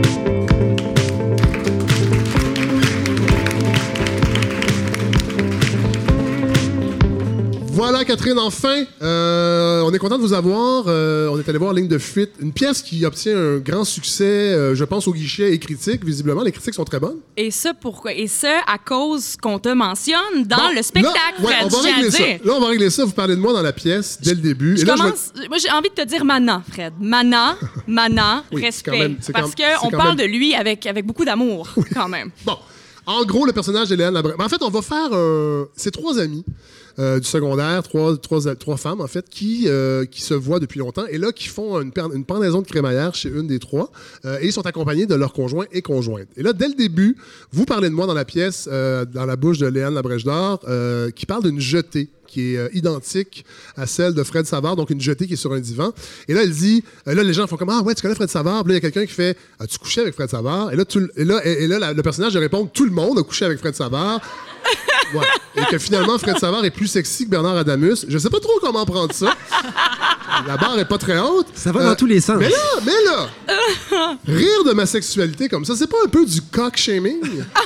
Voilà, Catherine, enfin, euh, on est content de vous avoir. Euh, on est allé voir Ligne de fuite, une pièce qui obtient un grand succès, euh, je pense, au guichet et critique. Visiblement, les critiques sont très bonnes. Et ça, pourquoi? Et ça, à cause qu'on te mentionne dans Bon, le spectacle, là, ouais, Fred, on va j'ai à régler ça. dire. Là, on va régler ça. Vous parlez de moi dans la pièce dès le début. Je Et là, commence. je me... Moi, j'ai envie de te dire Mana, Fred. Mana, Mana, Oui, c'est respect. quand même- c'est parce quand- qu'on c'est quand parle même- de lui avec, avec beaucoup d'amour, quand même. Bon, en gros, le personnage d'Hélène Labrèche. En fait, on va faire... Euh, c'est trois amis euh, du secondaire, trois, trois, trois femmes, en fait, qui, euh, qui se voient depuis longtemps et là, qui font une, per- une pendaison de crémaillère chez une des trois euh, et ils sont accompagnés de leur conjoint et conjointe. Et là, dès le début, vous parlez de moi dans la pièce, euh, dans la bouche de Léane Labrèche d'Or, euh, qui parle d'une jetée qui est euh, identique à celle de Fred Savard, donc une jetée qui est sur un divan. Et là, elle dit, euh, là, les gens font comme, ah ouais, tu connais Fred Savard? Puis là, il y a quelqu'un qui fait, as-tu couché avec Fred Savard? Et là, tu, et là, et, et là la, le personnage de répondre, tout le monde a couché avec Fred Savard. Ouais. Et que finalement, Fred Savard est plus sexy que Bernard Adamus. Je sais pas trop comment prendre ça. La barre est pas très haute. Ça va dans tous les sens. Mais là, mais là, rire de ma sexualité comme ça, c'est pas un peu du cock-shaming?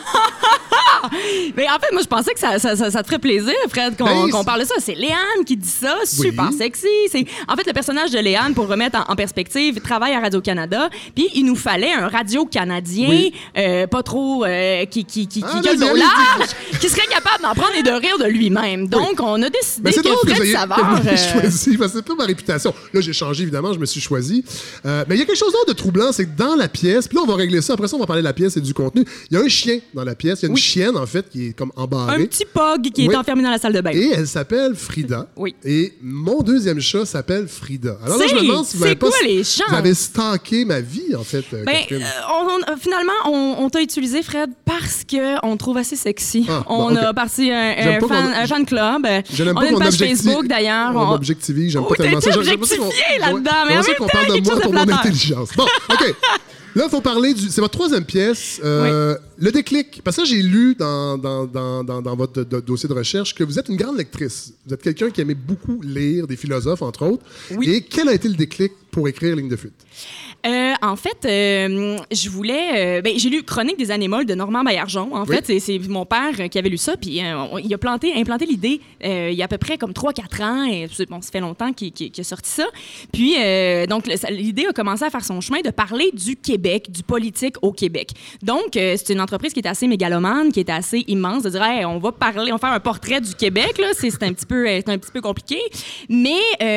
Mais en fait, moi, je pensais que ça, ça, ça, ça te ferait plaisir, Fred, qu'on Ben, qu'on parle de ça. C'est Léane qui dit ça, super Oui. sexy. C'est En fait, le personnage de Léane, pour remettre en, en perspective, il travaille à Radio-Canada, puis il nous fallait un radio-canadien, Oui. euh, pas trop, euh, qui, qui, qui, Ah, qui a le vas-y, dos allez-y. large, qui serait capable d'en prendre et de rire de lui-même. Donc, on a décidé Mais c'est que drôle que Fred j'aie Savard... que euh, j'ai choisi, parce que c'est pas ma réputation. Là, j'ai changé, évidemment, je me suis choisi. Euh, mais il y a quelque chose d'autre de troublant, c'est que dans la pièce, puis là, on va régler ça, après ça, on va parler de la pièce et du contenu. Il y a un chien dans la pièce, il y a une Oui. chienne, en fait, qui est comme embarrée. un petit pog qui Oui. est enfermé dans la salle de bain. Et elle s'appelle Frida. Oui. Et mon deuxième chat s'appelle Frida. Alors là, je me C'est- demande si vous c'est avez pas... quoi les chances? Vous avez stalké ma vie, en fait, euh, Ben, Catherine. euh, on- on- finalement, on, on t'a utilisé, Fred, parce qu'on te trouve assez sexy. Ah, on bon, a ok. parti un, J'aime un pas fan, qu'on- un fan club. Je n'aime on pas a une qu'on page objective- Facebook, d'ailleurs. On On- m'objectivise, j'aime Oh, pas tellement t'as ça. été J'aime pas ça qu'on- objectifié là-dedans, mais j'aimerais en ça même qu'on temps, parle de quelque moi chose de pour mon flatteur. intelligence. Bon, OK. Là, il faut parler du... C'est votre troisième pièce. Euh, Le déclic. Parce que j'ai lu dans, dans, dans, dans, dans votre do- dossier de recherche que vous êtes une grande lectrice. Vous êtes quelqu'un qui aimait beaucoup lire des philosophes, entre autres. Oui. Et quel a été le déclic pour écrire Ligne de fuite? Euh, en fait, euh, je voulais... Euh, ben, j'ai lu Chronique des Anémoles de Normand Baillargeon. En Oui. fait, c'est, c'est mon père qui avait lu ça, puis euh, on- il a planté, implanté l'idée euh, il y a à peu près comme trois quatre ans. Et, bon, ça fait longtemps qu'il, qu'il, qu'il a sorti ça. Puis, euh, donc, le- ça- l'idée a commencé à faire son chemin de parler du Québec, du politique au Québec. Donc, euh, c'est une entreprise qui est assez mégalomane, qui est assez immense, de dire, hey, on va parler, on va faire un portrait du Québec, là. C'est, c'est, un, petit peu, c'est un petit peu compliqué. Mais,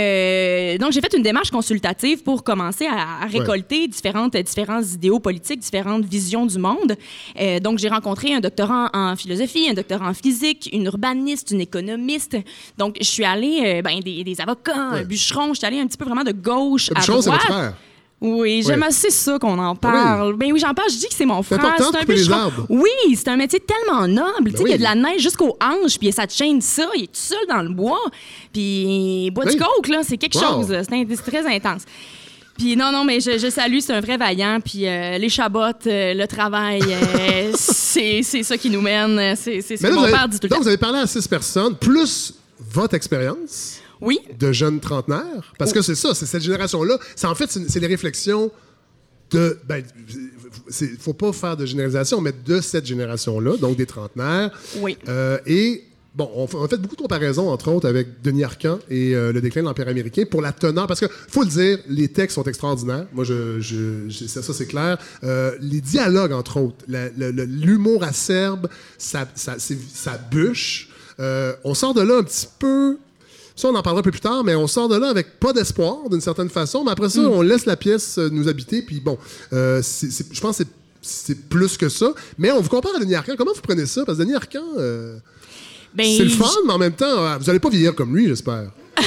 euh, donc, j'ai fait une démarche consultative pour commencer à, à récolter différentes, différents idéaux politiques, différentes visions du monde. Euh, donc, j'ai rencontré un doctorant en philosophie, un doctorant en physique, une urbaniste, une économiste. Donc, je suis allée, euh, ben, des, des avocats, Ouais. un bûcheron, je suis allée un petit peu vraiment de gauche Le à bûcheron, c'est droite. votre frère. Oui, j'aime Oui. assez ça qu'on en parle. Ben oui, j'en parle, je dis que c'est mon C'est frère. important de un couper les bûcheron. arbres. Oui, c'est un métier tellement noble. Tu sais, oui. il y a de la neige jusqu'aux hanches, puis il y a sa chaîne ça, il est tout seul dans le bois, puis il boit Oui. du coke, là, c'est quelque Wow. chose. là. C'est, in- c'est très intense. Puis non, non, mais je, je salue, c'est un vrai vaillant. Puis euh, les chabottes, euh, le travail, euh, c'est, c'est ça qui nous mène. C'est, c'est ce Mais que là, mon vous père avez, dit tout le donc, temps. vous avez parlé à six personnes, plus votre expérience Oui, de jeunes trentenaires. Parce que c'est ça, c'est cette génération-là. C'est, en fait, c'est, c'est les réflexions de... Ben, il faut pas faire de généralisation, mais de cette génération-là, donc des trentenaires. oui. Euh, et... Bon, on, f- on a fait beaucoup de comparaisons, entre autres, avec Denis Arcand et euh, le déclin de l'Empire américain pour la teneur. Parce que, faut le dire, les textes sont extraordinaires. Moi, je, je, je- ça, ça, c'est clair. Euh, les dialogues, entre autres, la- le- le- l'humour acerbe, ça, ça, c'est- ça bûche. Euh, on sort de là un petit peu... Ça, on en parlera un peu plus tard, mais on sort de là avec pas d'espoir, d'une certaine façon. Mais après ça, on laisse la pièce euh, nous habiter. Puis bon, euh, c'est- c'est- je pense que c'est, c'est plus que ça. Mais on vous compare à Denis Arcand. Comment vous prenez ça? Parce que Denis Arcand... euh, Ben, c'est le fun, mais en même temps, euh, vous allez pas vieillir comme lui, j'espère.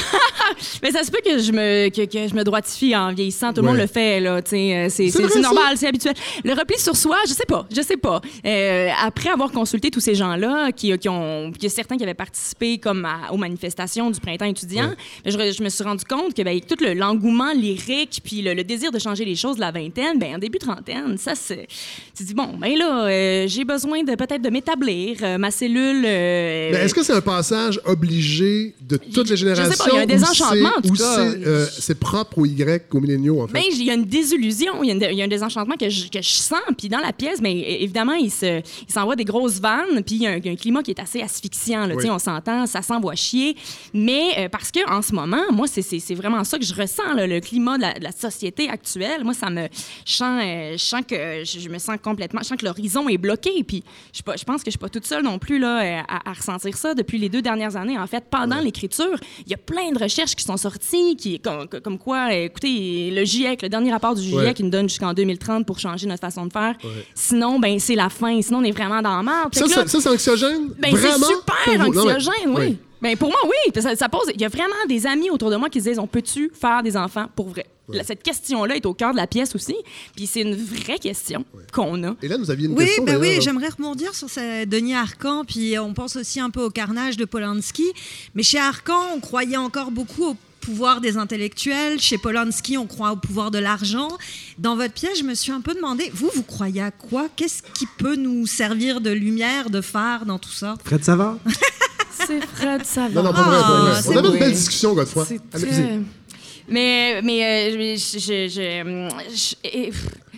Mais ça se peut que je me, que, que je me droitifie en vieillissant. Tout le Ouais. monde le fait, là. tu sais, euh, C'est, C'est c'est, vrai, c'est ça? normal, c'est habituel. Le repli sur soi, je sais pas. Je sais pas. Euh, après avoir consulté tous ces gens-là, qui, qui ont, qui, certains qui avaient participé comme à- aux manifestations du printemps étudiant, Ouais. ben, je, je me suis rendu compte que ben, tout le, l'engouement lyrique puis le, le désir de changer les choses de la vingtaine, ben, en début trentaine, ça, c'est. Tu te dis, bon, ben là, euh, j'ai besoin de peut-être de m'établir. euh, ma cellule. euh, Mais est-ce que c'est un passage obligé de toutes les je sais pas, générations? il y a un ou désenchantement, c'est- en tout ou cas. c'est, euh, c'est propre aux Y, aux milléniaux, en fait? Ben, il y a une désillusion, il y a, une- il y a un désenchantement que je, que je sens. Puis dans la pièce, ben, é- évidemment, il, se, il s'envoie des grosses vannes, puis il y a un, il y a un climat qui est assez asphyxiant. Là, Oui. tu sais, on s'entend, ça s'envoie chier. Mais euh, parce que en ce moment, moi, c'est, c'est, c'est vraiment ça que je ressens, là, le climat de la, de la société actuelle. Moi, ça me... Je sens, euh, je sens que je, je me sens complètement... Je sens que l'horizon est bloqué. Puis je, suis pas- je pense que je suis pas toute seule non plus là, euh, à, à ressentir ça depuis les deux dernières années. En fait, pendant l'écriture, il y a plein de recherches qui sont sorties, qui, comme, comme quoi, euh, écoutez, le GIEC, le dernier rapport du GIEC, Ouais. qui nous donne jusqu'en deux mille trente pour changer notre façon de faire. Ouais. Sinon, ben c'est la fin. Sinon, on est vraiment dans la merde. Fait Ça, que là, ça, ça, c'est anxiogène? ben, Vraiment? c'est super Pour vous? Non, mais- anxiogène, oui. oui. Ben, pour moi, oui. Parce que Ça, ça pose... Il y a vraiment des amis autour de moi qui se disent, on peut-tu faire des enfants pour vrai? Ouais. La- Cette question-là est au cœur de la pièce aussi. Puis c'est une vraie question qu'on a. Hélène, vous aviez une Oui, question? ben oui, d'ailleurs. j'aimerais rebondir sur ce Denis Arcand, puis on pense aussi un peu au carnage de Polanski. Mais chez Arcand, on croyait encore beaucoup au pouvoir des intellectuels. Chez Polanski, on croit au pouvoir de l'argent. Dans votre pièce, je me suis un peu demandé, vous, vous croyez à quoi? Qu'est-ce qui peut nous servir de lumière, de phare dans tout ça? Fred Savard? C'est Fred Savard. Non, non, pas vrai, pas vrai. Ah, On c'est avait une vrai. belle discussion, Godefroy. C'est Allez, très- vas-y. Mais, mais euh, je, je, je, je- et-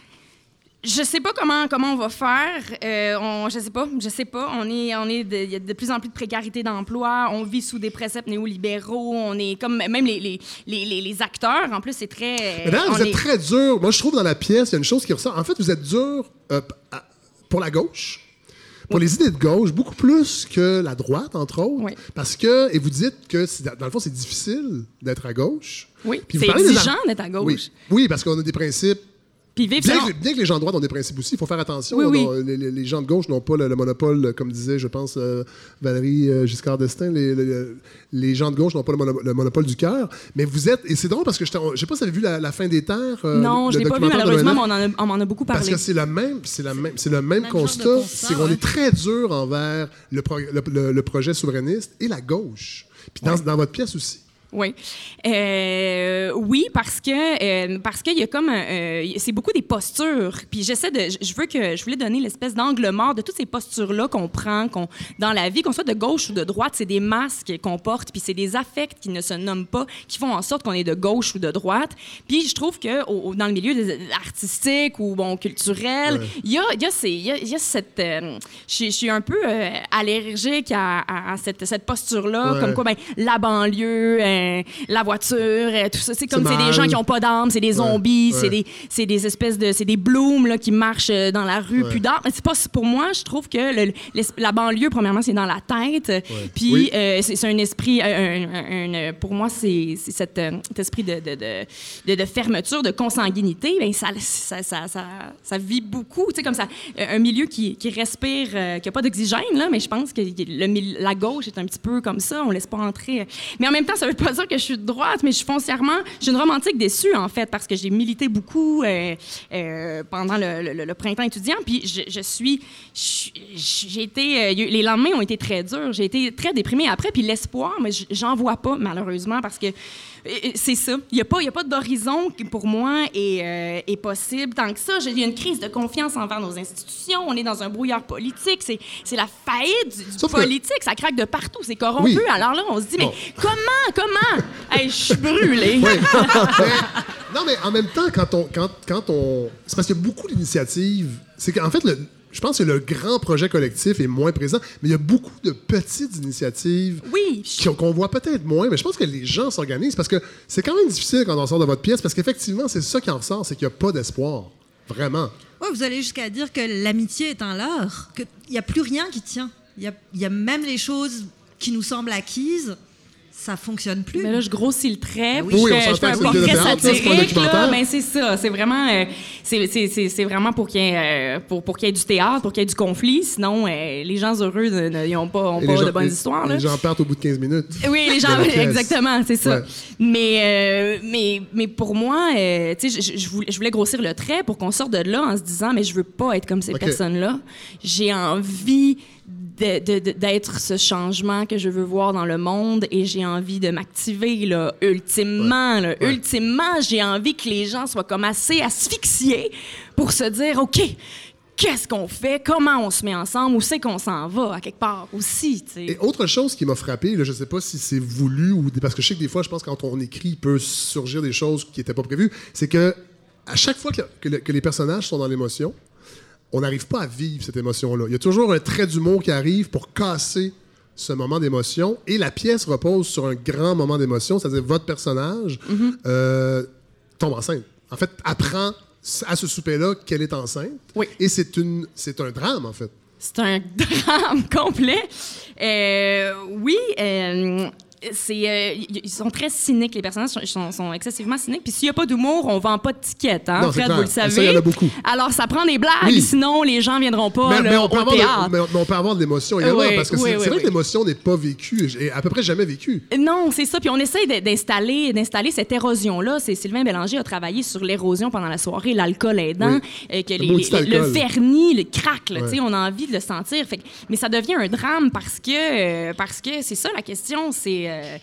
je sais pas comment, comment on va faire. Euh, on, je sais pas, je sais pas. On est, on est, de- il y a de plus en plus de précarité d'emploi. On vit sous des préceptes néolibéraux. On est comme même les, les, les, les- les acteurs. En plus, c'est très. Mais d'ailleurs, on vous êtes est- très dur. Moi, je trouve dans la pièce, il y a une chose qui ressort. En fait, vous êtes dur euh, p- à- pour la gauche, pour les idées de gauche, beaucoup plus que la droite, entre autres. Oui. Parce que, et vous dites que, c'est- dans le fond, c'est difficile d'être à gauche. Oui, Puis vous c'est parlez des exigeant ar- d'être à gauche. Oui, oui, parce qu'on a des principes. Puis vivre Bien selon- que, bien que les gens de droite ont des principes aussi, il faut faire attention. Oui, là, oui. non, les, les- les gens de gauche n'ont pas le, le monopole, comme disait, je pense, euh, Valérie euh, Giscard d'Estaing. Les, les- les gens de gauche n'ont pas le, mono- le monopole du cœur. Mais vous êtes, et c'est drôle parce que je ne sais pas si vous avez vu la, la fin des terres. euh, Non, le je l'ai pas vu documentaire de malheureusement, l'O N F. mais on en a, on m'en a beaucoup Parce parlé. que c'est le même, c'est la même, c'est le même, Même genre de constat. constat, C'est qu'on ouais. est très dur envers le, pro- le- le- le projet souverainiste et la gauche. Puis dans, dans votre pièce aussi. Oui. Euh, oui, parce que euh, parce qu'il y a comme euh, c'est beaucoup des postures. Puis j'essaie de je veux que je voulais donner l'espèce d'angle mort de toutes ces postures là qu'on prend qu'on dans la vie, qu'on soit de gauche ou de droite, c'est des masques qu'on porte, puis c'est des affects qui ne se nomment pas, qui font en sorte qu'on est de gauche ou de droite. Puis je trouve que au, dans le milieu des, artistique ou bon culturel, il ouais. y a il y a ces il y a, y a cette euh, je suis un peu euh, allergique à, à, à cette cette posture là, ouais. comme quoi ben la banlieue euh, la voiture, euh, tout ça, c'est comme c'est, c'est des gens qui ont pas d'âme, c'est des zombies, ouais, ouais. c'est des c'est des espèces de c'est des blooms là qui marchent dans la rue, ouais. plus d'âme. C'est pas pour moi, je trouve que le, la banlieue premièrement c'est dans la tête, ouais. puis oui. euh, c'est, c'est un esprit, un, un, un, pour moi c'est, c'est cet, cet esprit de de, de de de fermeture, de consanguinité, ben ça ça ça ça, ça vit beaucoup, tu sais comme ça, un milieu qui qui respire, euh, qui a pas d'oxygène là, mais je pense que le, la gauche est un petit peu comme ça, on laisse pas entrer. Mais en même temps, ça veut pas dire que je suis de droite, mais je suis foncièrement... Je suis une romantique déçue, en fait, parce que j'ai milité beaucoup euh, euh, pendant le, le, le printemps étudiant, puis je, je suis... Je, j'ai été... Euh, les lendemains ont été très durs. J'ai été très déprimée après, puis l'espoir, mais j'en vois pas, malheureusement, parce que c'est ça. Il n'y a pas, il y a pas d'horizon qui, pour moi, est, euh, est possible. Tant que ça, il y a une crise de confiance envers nos institutions. On est dans un brouillard politique. C'est, c'est la faillite du, du politique. Que... Ça craque de partout. C'est corrompu. Oui. Alors là, on se dit, bon. mais comment, comment? Hey, je suis brûlée. Oui. mais, non, mais en même temps, quand on... Quand, quand on c'est parce qu'il y a beaucoup d'initiatives. C'est qu'en fait, le... Je pense que le grand projet collectif est moins présent, mais il y a beaucoup de petites initiatives oui. qui, qu'on voit peut-être moins, mais je pense que les gens s'organisent parce que c'est quand même difficile quand on sort de votre pièce parce qu'effectivement, c'est ça qui en ressort, c'est qu'il n'y a pas d'espoir. Vraiment. Ouais, vous allez jusqu'à dire que l'amitié est un leurre, qu'il n'y a plus rien qui tient. Il y a, il y a même les choses qui nous semblent acquises. Ça fonctionne plus. Mais là, je grossis le trait. Oui, oui, je, on je fais un portrait satirique. Là, ben, c'est ça. C'est vraiment, euh, c'est, c'est, c'est, c'est vraiment pour qu'il y ait, euh, pour, pour qu'il y ait du théâtre, pour qu'il y ait du conflit. Sinon, euh, les gens heureux, ils n'ont pas, ont pas gens, de bonnes les, histoires. Les là. gens partent au bout de quinze minutes. Oui, les gens... exactement, c'est ça. Ouais. Mais, euh, mais, mais pour moi, euh, tu sais, je, je, voulais, je voulais grossir le trait pour qu'on sorte de là en se disant, mais je veux pas être comme ces okay. personnes-là. J'ai envie... De, de, de, d'être ce changement que je veux voir dans le monde et j'ai envie de m'activer, là, ultimement. Ouais. Là, ouais. Ultimement, j'ai envie que les gens soient comme assez asphyxiés pour se dire, OK, qu'est-ce qu'on fait? Comment on se met ensemble? Où c'est qu'on s'en va, à quelque part aussi, tu sais. Et autre chose qui m'a frappé, là, je sais pas si c'est voulu ou... Parce que je sais que des fois, je pense que quand on écrit, il peut surgir des choses qui n'étaient pas prévues, c'est que à chaque fois que, que, le, que les personnages sont dans l'émotion, on n'arrive pas à vivre cette émotion-là. Il y a toujours un trait d'humour qui arrive pour casser ce moment d'émotion et la pièce repose sur un grand moment d'émotion, c'est-à-dire votre personnage mm-hmm. euh, tombe enceinte. En fait, apprend à ce souper-là qu'elle est enceinte. Oui. Et c'est, une, c'est un drame, en fait. C'est un drame complet. Euh, oui, euh, c'est, euh, ils sont très cyniques, les personnages sont, sont, sont excessivement cyniques. Puis s'il n'y a pas d'humour, on ne vend pas de tickets, hein, non, Fred, vous le savez. Ça, il y en a beaucoup. Alors, ça prend des blagues, oui. sinon les gens ne viendront pas mais, là, mais on peut au théâtre. De, mais, mais on peut avoir de l'émotion également, oui, parce que oui, c'est, oui, c'est vrai oui. que l'émotion n'est pas vécue, et à peu près jamais vécue. Non, c'est ça. Puis on essaye d'installer, d'installer cette érosion-là. C'est Sylvain Bélanger a travaillé sur l'érosion pendant la soirée, l'alcool aidant, oui. euh, que les, les, le vernis, le crack, là, ouais. on a envie de le sentir. Fait, mais ça devient un drame parce que, euh, parce que c'est ça la question, c'est... Euh,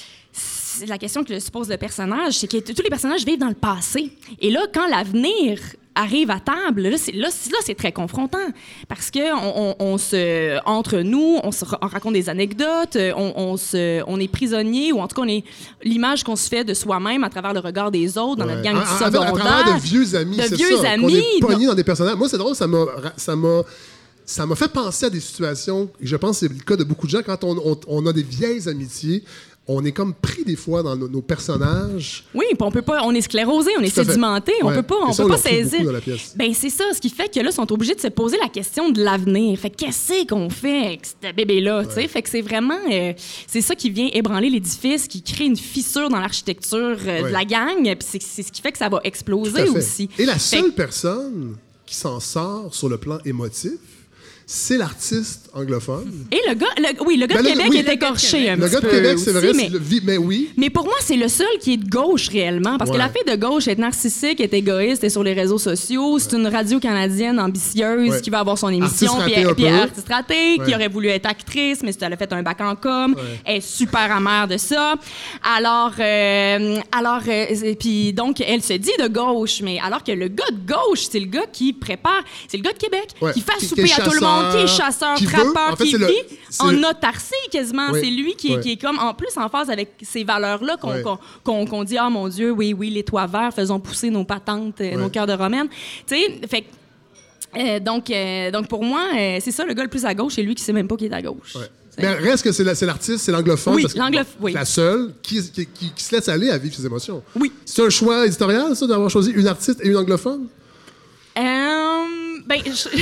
la question que se pose le personnage, c'est que tous les personnages vivent dans le passé. Et là, quand l'avenir arrive à table, là, c'est, là, c'est, là, c'est très confrontant. Parce que on, on, on se, entre nous, on se on raconte des anecdotes, on, on, se, on est prisonnier, ou en tout cas, on est l'image qu'on se fait de soi-même à travers le regard des autres dans ouais. notre gang du secondaire. À travers de vieux amis, de c'est vieux ça. Amis, on est pognés dans des personnages. Moi, c'est drôle, ça m'a... Ça m'a... Ça m'a fait penser à des situations, et je pense que c'est le cas de beaucoup de gens, quand on, on, on a des vieilles amitiés, on est comme pris des fois dans nos, nos personnages. Oui, puis on peut pas, on est sclérosé, on est sédimenté, on ouais. peut pas, on ça, peut on pas saisir. Ben c'est ça, ce qui fait que là, ils sont obligés de se poser la question de l'avenir. Fait qu'est-ce qu'on fait avec ce bébé-là, ouais. tu sais? Fait que c'est vraiment, euh, c'est ça qui vient ébranler l'édifice, qui crée une fissure dans l'architecture euh, ouais. de la gang, puis c'est, c'est ce qui fait que ça va exploser aussi. Et la fait... seule personne qui s'en sort sur le plan émotif, c'est l'artiste anglophone. Et le gars, le, oui, le gars Ben, de le- Québec oui, est écorché un Le petit gars de peu Québec, c'est vrai, aussi, c'est mais... le vi- mais oui. Mais pour moi, c'est le seul qui est de gauche réellement. Parce Ouais. que la fille de gauche est narcissique, est égoïste, est sur les réseaux sociaux. C'est une radio canadienne ambitieuse Ouais. qui va avoir son émission. Artiste Puis raté un puis peu. artiste raté, Ouais. qui aurait voulu être actrice, mais elle a fait un bac en com. Ouais. Elle est super amère de ça. Alors, euh, alors euh, et puis donc, elle se dit de gauche. Mais alors que le gars de gauche, c'est le gars qui prépare, c'est le gars de Québec, Ouais. qui fait Qui- souper qui est à tout le monde, qui est chasseur, chasseur, qui veut- trappeur, en fait, qui c'est le- vit c'est en le- autarcie quasiment. Oui. C'est lui qui, est- Ouais. qui est comme en plus en phase avec ces valeurs-là qu'on Ouais. qu'on- qu'on qu'on dit, ah mon Dieu, oui, oui, les toits verts, faisons pousser nos patentes, euh, Ouais. nos cœurs de romaine. Tu sais, fait que, euh, donc, euh, donc pour moi, euh, c'est ça, le gars le plus à gauche, c'est lui qui sait même pas qu'il est à gauche. Ouais. C'est- Mais reste que c'est la- c'est l'artiste, c'est l'anglophone. Oui, parce que, l'anglophone, bon, oui. La seule qui, qui, qui- qui se laisse aller à vivre ses émotions. Oui. C'est un choix éditorial, ça, d'avoir choisi une artiste et une anglophone? Euh, ben, je-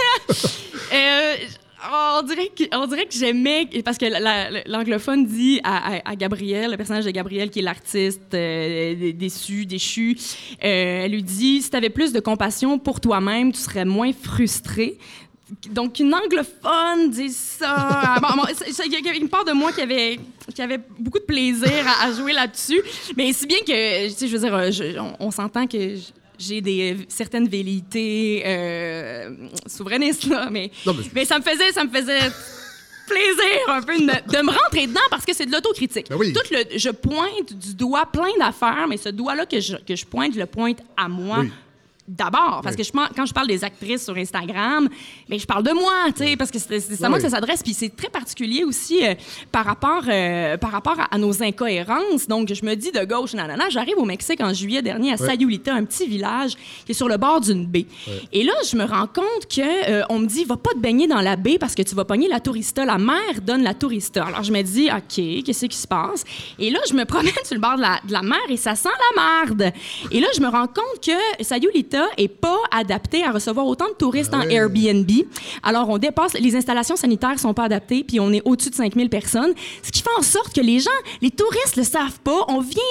Euh, on dirait que, on dirait que j'aimais, parce que la- la- l'anglophone dit à, à, à Gabriel, le personnage de Gabriel qui est l'artiste euh, déçu, déchu, euh, elle lui dit, si tu avais plus de compassion pour toi-même, tu serais moins frustré. Donc, une anglophone dit ça. Bon, bon, c'est- c'est- il y a une part de moi qui avait, qui avait beaucoup de plaisir à, à jouer là-dessus. Mais si bien que, tu sais, je veux dire, euh, je- on, on s'entend que j- j'ai des certaines velléités euh, souverainistes, là, mais, Non, mais- mais ça me faisait, ça me faisait plaisir un peu de me, de me rentrer dedans parce que c'est de l'autocritique. Ben oui. Tout le, je pointe du doigt plein d'affaires, mais ce doigt-là que je, que je pointe, je le pointe à moi. Oui. D'abord, parce Oui. que je, quand je parle des actrices sur Instagram, mais je parle de moi, tu sais, parce que c'est c'est à moi Oui. que ça s'adresse. Puis c'est très particulier aussi euh, par rapport, euh, par rapport à, à nos incohérences. Donc, je me dis de gauche, nanana, j'arrive au Mexique en juillet dernier à Ouais. Sayulita, un petit village qui est sur le bord d'une baie. Et là, je me rends compte que euh, on me dit, va pas te baigner dans la baie parce que tu vas pogner la tourista. La mer donne la tourista. Alors, je me dis, OK, qu'est-ce qui se passe? Et là, je me promène sur le bord de la, de la mer et ça sent la marde. Et là, je me rends compte que Sayulita est pas adapté à recevoir autant de touristes Ah en ouais. Airbnb. Alors, on dépasse, les installations sanitaires sont pas adaptées, puis on est au-dessus de cinq mille personnes, ce qui fait en sorte que les gens, les touristes le savent pas, on vient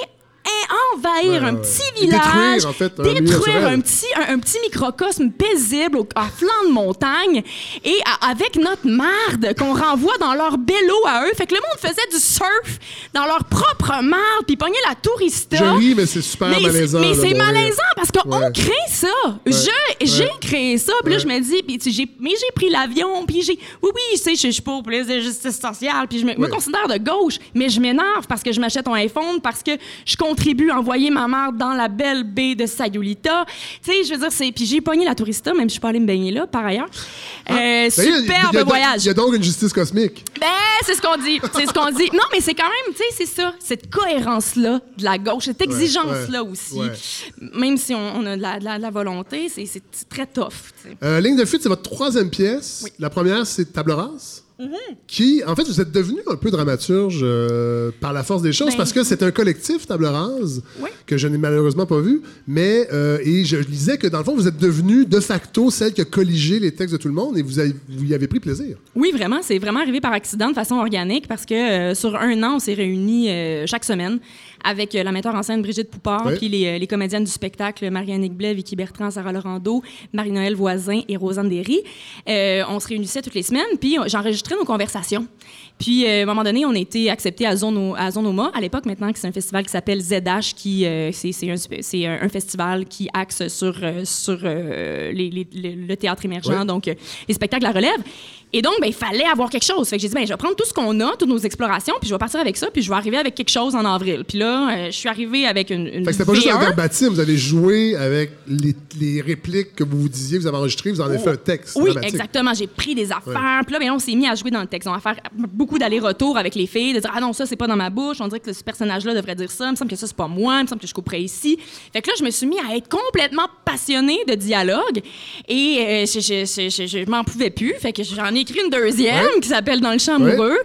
envahir Ouais, un ouais. petit Et village, détruire, en fait, un milieu détruire naturel. un petit, un, un petit microcosme paisible au, à flanc de montagne, et à- avec notre marde qu'on renvoie dans leur bélo à eux. Fait que le monde faisait du surf dans leur propre marde, puis pognait la tourista. Je ris, mais c'est super Mais malaisant. c'est- Mais là, c'est mon rire. malaisant parce qu'on Ouais. crée ça. Je, j'ai Ouais. créé ça. Puis là, Ouais. je me dis, puis tu sais, j'ai, mais j'ai pris l'avion, puis j'ai, oui, oui, tu sais, je je suis pas au plaisir de justice sociale, puis je me, me Ouais. considère de gauche, mais je m'énerve parce que je m'achète un iPhone, parce que je contribue à envoyer ma mère dans la belle baie de Sayulita. Tu sais, je veux dire, c'est, puis j'ai pogné la tourista, même si je suis pas allée me baigner là, par ailleurs. Euh, Ben, il y a- il y superbe a- voyage. Il y a donc une justice cosmique. Ben, c'est ce qu'on dit. C'est ce qu'on dit. Non, mais c'est quand même, tu sais, c'est ça, cette cohérence-là de la gauche, cette exigence-là ouais, aussi. ouais. Même si on, on a de la, de la- de la volonté, c'est c'est très tough. tu sais. Euh, Ligne de fuite, c'est votre troisième pièce. La première, c'est Table rase. Mm-hmm. Qui, en fait, vous êtes devenu un peu dramaturge euh, par la force des choses Ben, parce que c'est un collectif, Table rase, Oui. que je n'ai malheureusement pas vu. Mais, euh, et je lisais que dans le fond, vous êtes devenu de facto celle qui a colligé les textes de tout le monde et vous, avez- vous y avez pris plaisir. Oui, vraiment, c'est vraiment arrivé par accident, de façon organique, parce que euh, sur un an, on s'est réunis euh, chaque semaine avec euh, la metteur en scène Brigitte Poupard, Oui. puis les, euh, les comédiennes du spectacle Marie-Annick Blais, Vicky Bertrand, Sarah Laurando, Marie-Noël Voisin et Rosanne Derry. Euh, on se réunissait toutes les semaines, puis euh, j'enregistrais nos conversations. Puis, euh, à un moment donné, on a été acceptés à Zone, à Zone Oma, à l'époque, maintenant, que c'est un festival qui s'appelle Z H, qui, euh, c'est, c'est, un, c'est un, un festival qui axe sur, euh, sur euh, les, les- les- le théâtre émergent, Oui. donc euh, les spectacles à relève. Et donc, ben, il fallait avoir quelque chose. Fait que j'ai dit, ben, je vais prendre tout ce qu'on a, toutes nos explorations, puis je vais partir avec ça, puis je vais arriver avec quelque chose en avril. Puis là, euh, je suis arrivée avec une, une Fait que c'était pas juste V un. un verbatim, vous avez joué avec les, les répliques que vous vous disiez, vous avez enregistré, vous en avez fait un texte. Oui, dramatique. exactement. J'ai pris des affaires. Puis là, ben, on s'est mis à jouer dans le texte. On va faire beaucoup d'allers-retours avec les filles, de dire, ah non, ça, c'est pas dans ma bouche. On dirait que ce personnage-là devrait dire ça. Il me semble que ça, c'est pas moi. Il me semble que je couperais ici. Fait que là, je me suis mis à être complètement passionnée de dialogue. Et euh, je, je, je, je, je m'en pouvais plus. Fait que j'en ai écrit une deuxième Ouais. qui s'appelle Dans le champ Ouais. amoureux,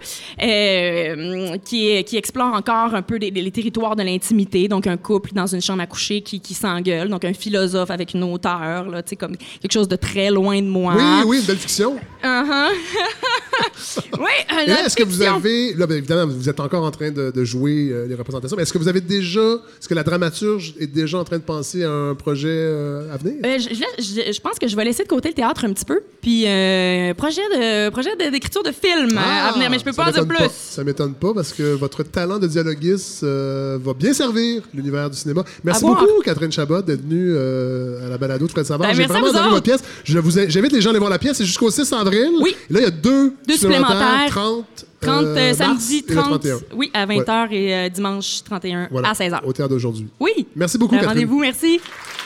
euh, qui, est- qui explore encore un peu les, les territoires de l'intimité. Donc, un couple dans une chambre à coucher qui, qui s'engueule. Donc, un philosophe avec une auteure, là, tu sais, comme quelque chose de très loin de moi. Oui, oui, une belle fiction. Uh-huh. Oui, Et la là, est-ce que vous fiction. avez... Là, bien évidemment, vous êtes encore en train de, de jouer euh, les représentations, mais est-ce que vous avez déjà... Est-ce que la dramaturge est déjà en train de penser à un projet euh, à venir? Euh, je, je- je pense que je vais laisser de côté le théâtre un petit peu. Puis, euh, projet de projet de- d'écriture de film euh, à venir, mais je peux ça pas en dire m'étonne plus. pas. Ça m'étonne pas parce que votre talent de dialoguiste euh, va bien servir l'univers du cinéma. Merci À voir. beaucoup, Catherine Chabot, d'être venue euh, à la balado de Fred Savard. Ben, J'ai merci à vraiment vous adoré autres. votre pièce. Je vous ai- j'invite les gens à aller voir la pièce. C'est jusqu'au six avril. Oui. Et là, il y a deux, Deux supplémentaires. trente, trente, euh, euh, mars samedi et le trente, trente et un. oui, à vingt heures et euh, dimanche trente et un Voilà, à seize heures. au théâtre d'aujourd'hui. Oui. Merci beaucoup, Euh, Catherine. Rendez-vous, merci.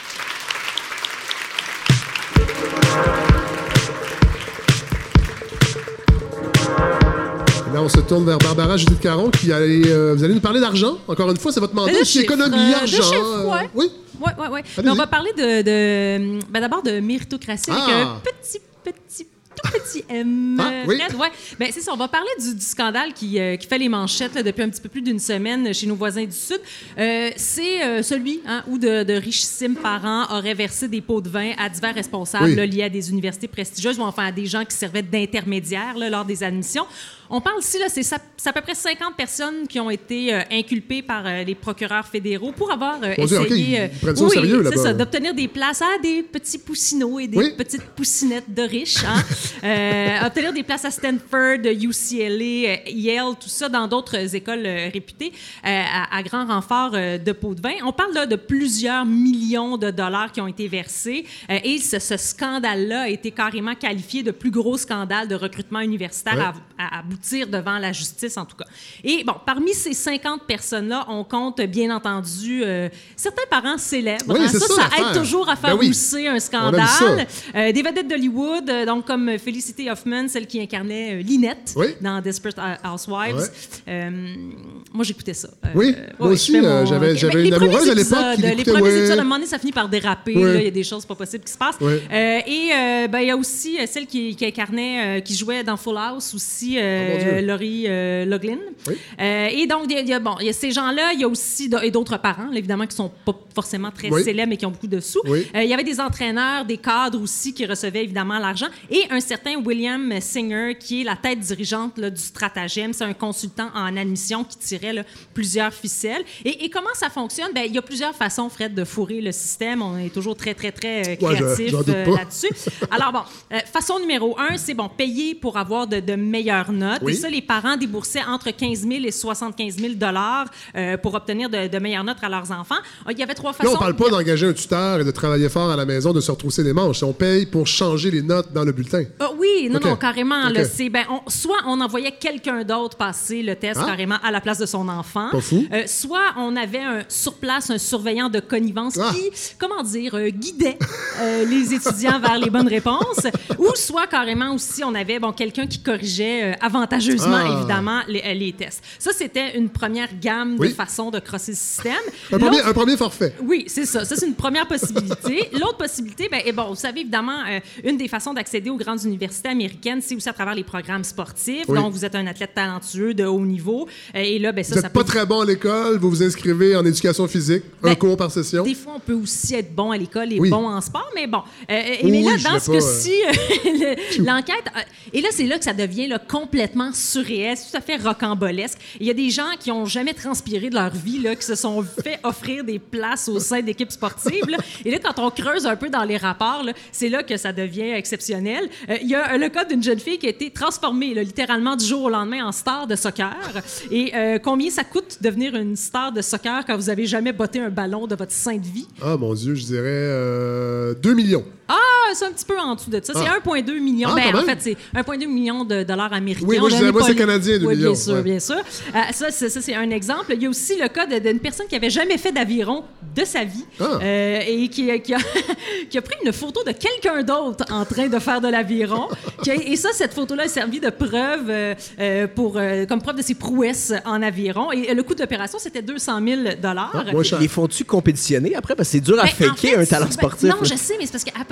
Là, on se tourne vers Barbara Judith Caron qui allait, euh, vous allez nous parler d'argent. Encore une fois, c'est votre mandat. De C'est chiffres, économie, euh, de argent. chiffres, euh, ouais. Oui. Oui, oui, oui. Allez-y. On va parler de, de ben d'abord de méritocratie avec Ah. un petit, petit, tout petit M. Ah, euh, oui. Fred, ouais. Ben, c'est ça, on va parler du, du scandale qui, euh, qui fait les manchettes là, depuis un petit peu plus d'une semaine chez nos voisins du Sud. Euh, c'est euh, celui hein, où de, de richissimes parents auraient versé des pots de vin à divers responsables Oui. là, liés à des universités prestigieuses ou enfin à des gens qui servaient d'intermédiaires là, lors des admissions. On parle ici, là, c'est, ça- c'est à peu près cinquante personnes qui ont été euh, inculpées par euh, les procureurs fédéraux pour avoir euh, Mon Dieu, essayé... OK, ils euh, prennent ça au oui, sérieux, c'est là-bas. ça, d'obtenir des places à des petits poussinots et des Oui. petites poussinettes de riches. Hein? Euh, obtenir des places à Stanford, U C L A, euh, Yale, tout ça, dans d'autres écoles euh, réputées, euh, à, à grand renfort euh, de pots de vin. On parle là de plusieurs millions de dollars qui ont été versés euh, et ce, ce scandale-là a été carrément qualifié de plus gros scandale de recrutement universitaire Ouais. à, à aboutir devant la justice, en tout cas. Et bon, parmi ces cinquante personnes-là, on compte, bien entendu, euh, certains parents célèbres. Oui, hein. c'est ça, ça, ça l'affaire. aide toujours à faire Ben oui. mousser un On scandale. aime ça. Euh, des vedettes d'Hollywood, euh, donc comme Felicity Huffman, celle qui incarnait euh, Lynette Oui. dans Desperate Housewives. Ouais. Euh, moi, j'écoutais ça. Euh, Oui, euh, moi ouais, aussi, je fais euh, mon- j'avais- j'avais Mais une les premiers amoureuse à l'époque qui épisodes, Les l'écoutait, premiers ouais. épisodes, à un moment donné, ça finit par déraper. Ouais. là, Il y a des choses pas possibles qui se passent. Ouais. Euh, et euh, ben, il y a aussi euh, celle qui, qui incarnait, euh, qui jouait dans Full House aussi, euh, Oh, mon Dieu. Laurie euh, Loughlin. Oui. Euh, et donc, il y a- il y, a, bon, il y a ces gens-là, il y a aussi d- et d'autres parents, là, évidemment, qui sont pas forcément très Oui. célèbres, mais qui ont beaucoup de sous. Oui. Euh, il y avait des entraîneurs, des cadres aussi qui recevaient évidemment l'argent. Et un certain William Singer, qui est la tête dirigeante là, du stratagème. C'est un consultant en admission qui tirait là, plusieurs ficelles. Et, et comment ça fonctionne? Ben, il y a plusieurs façons, Fred, de fourrer le système. On est toujours très, très, très euh, Ouais, je- créatif j'en doute euh, pas. là-dessus. Alors, bon, euh, façon numéro un, c'est bon, payer pour avoir de, de meilleures notes. Oui. Et ça, les parents déboursaient entre quinze mille et soixante-quinze mille dollars euh, pour obtenir de, de meilleures notes à leurs enfants. Il y avait trois Là, façons. on parle pas d'engager un tuteur et de travailler fort à la maison, de se retrousser les manches. On paye pour changer les notes dans le bulletin. Ah oui, non, OK. non, carrément. OK. Là, c'est, ben, on- soit on envoyait quelqu'un d'autre passer le test Ah. carrément à la place de son enfant. Pas fou. Euh, soit on avait un, sur place un surveillant de connivence Ah. qui, comment dire, euh, guidait euh, les étudiants vers les bonnes réponses. Ou soit carrément aussi, on avait bon, quelqu'un qui corrigeait euh, avantageusement, Ah. évidemment, les, euh, les tests. Ça, c'était une première gamme Oui. de façons de crosser le système. Un premier, L'autre- un premier forfait. oui, c'est ça. Ça, c'est une première possibilité. L'autre possibilité, ben, et bon, vous savez, évidemment, euh, une des façons d'accéder aux grandes universités américaines, c'est aussi à travers les programmes sportifs. Oui. Donc, vous êtes un athlète talentueux de haut niveau. Euh, et là, ben, ça, Vous ça n'êtes peut... pas très bon à l'école, vous vous inscrivez en éducation physique, un Ben, cours par session. Des fois, on peut aussi être bon à l'école et Oui. bon en sport, mais bon. Euh, et Oui, mais là, oui, je dans l'ai ce pas, cas-ci, euh, le- l'enquête... euh, et là, c'est là que ça devient là, complètement surréel, c'est tout à fait rocambolesque. Il y a des gens qui n'ont jamais transpiré de leur vie, là, qui se sont fait offrir des places au sein d'équipes sportives. Là. Et là, quand on creuse un peu dans les rapports, là, c'est là que ça devient exceptionnel. Euh, il y a euh, le cas d'une jeune fille qui a été transformée, là, littéralement du jour au lendemain, en star de soccer. Et euh, combien ça coûte devenir une star de soccer quand vous n'avez jamais botté un ballon de votre sainte vie? Ah, mon Dieu, je dirais euh, deux millions. Ah, c'est un petit peu en dessous de ça. C'est Ah. un virgule deux million. Ah, Ben, quand en même. fait, c'est un virgule deux million de dollars américains. Oui, moi, On je donne disais, moi, pas c'est les- canadien, deux oui, millions, bien sûr, ouais. bien sûr. Euh, ça, c'est, ça, c'est un exemple. Il y a aussi le cas de- d'une personne qui avait jamais fait d'aviron de sa vie Ah. euh, et qui, qui, a, qui a pris une photo de quelqu'un d'autre en train de faire de l'aviron. Qui a- et ça, cette photo-là a servi de preuve euh, euh, pour, euh, comme preuve de ses prouesses en aviron. Et le coût d'opération, c'était deux cent mille dollars. Ah, moins cher. Les font-tu compétitionner après? Parce que c'est dur à Ben, en faker fait, un talent ben, sportif. non, là. je sais, mais c'est parce qu'après, souvent,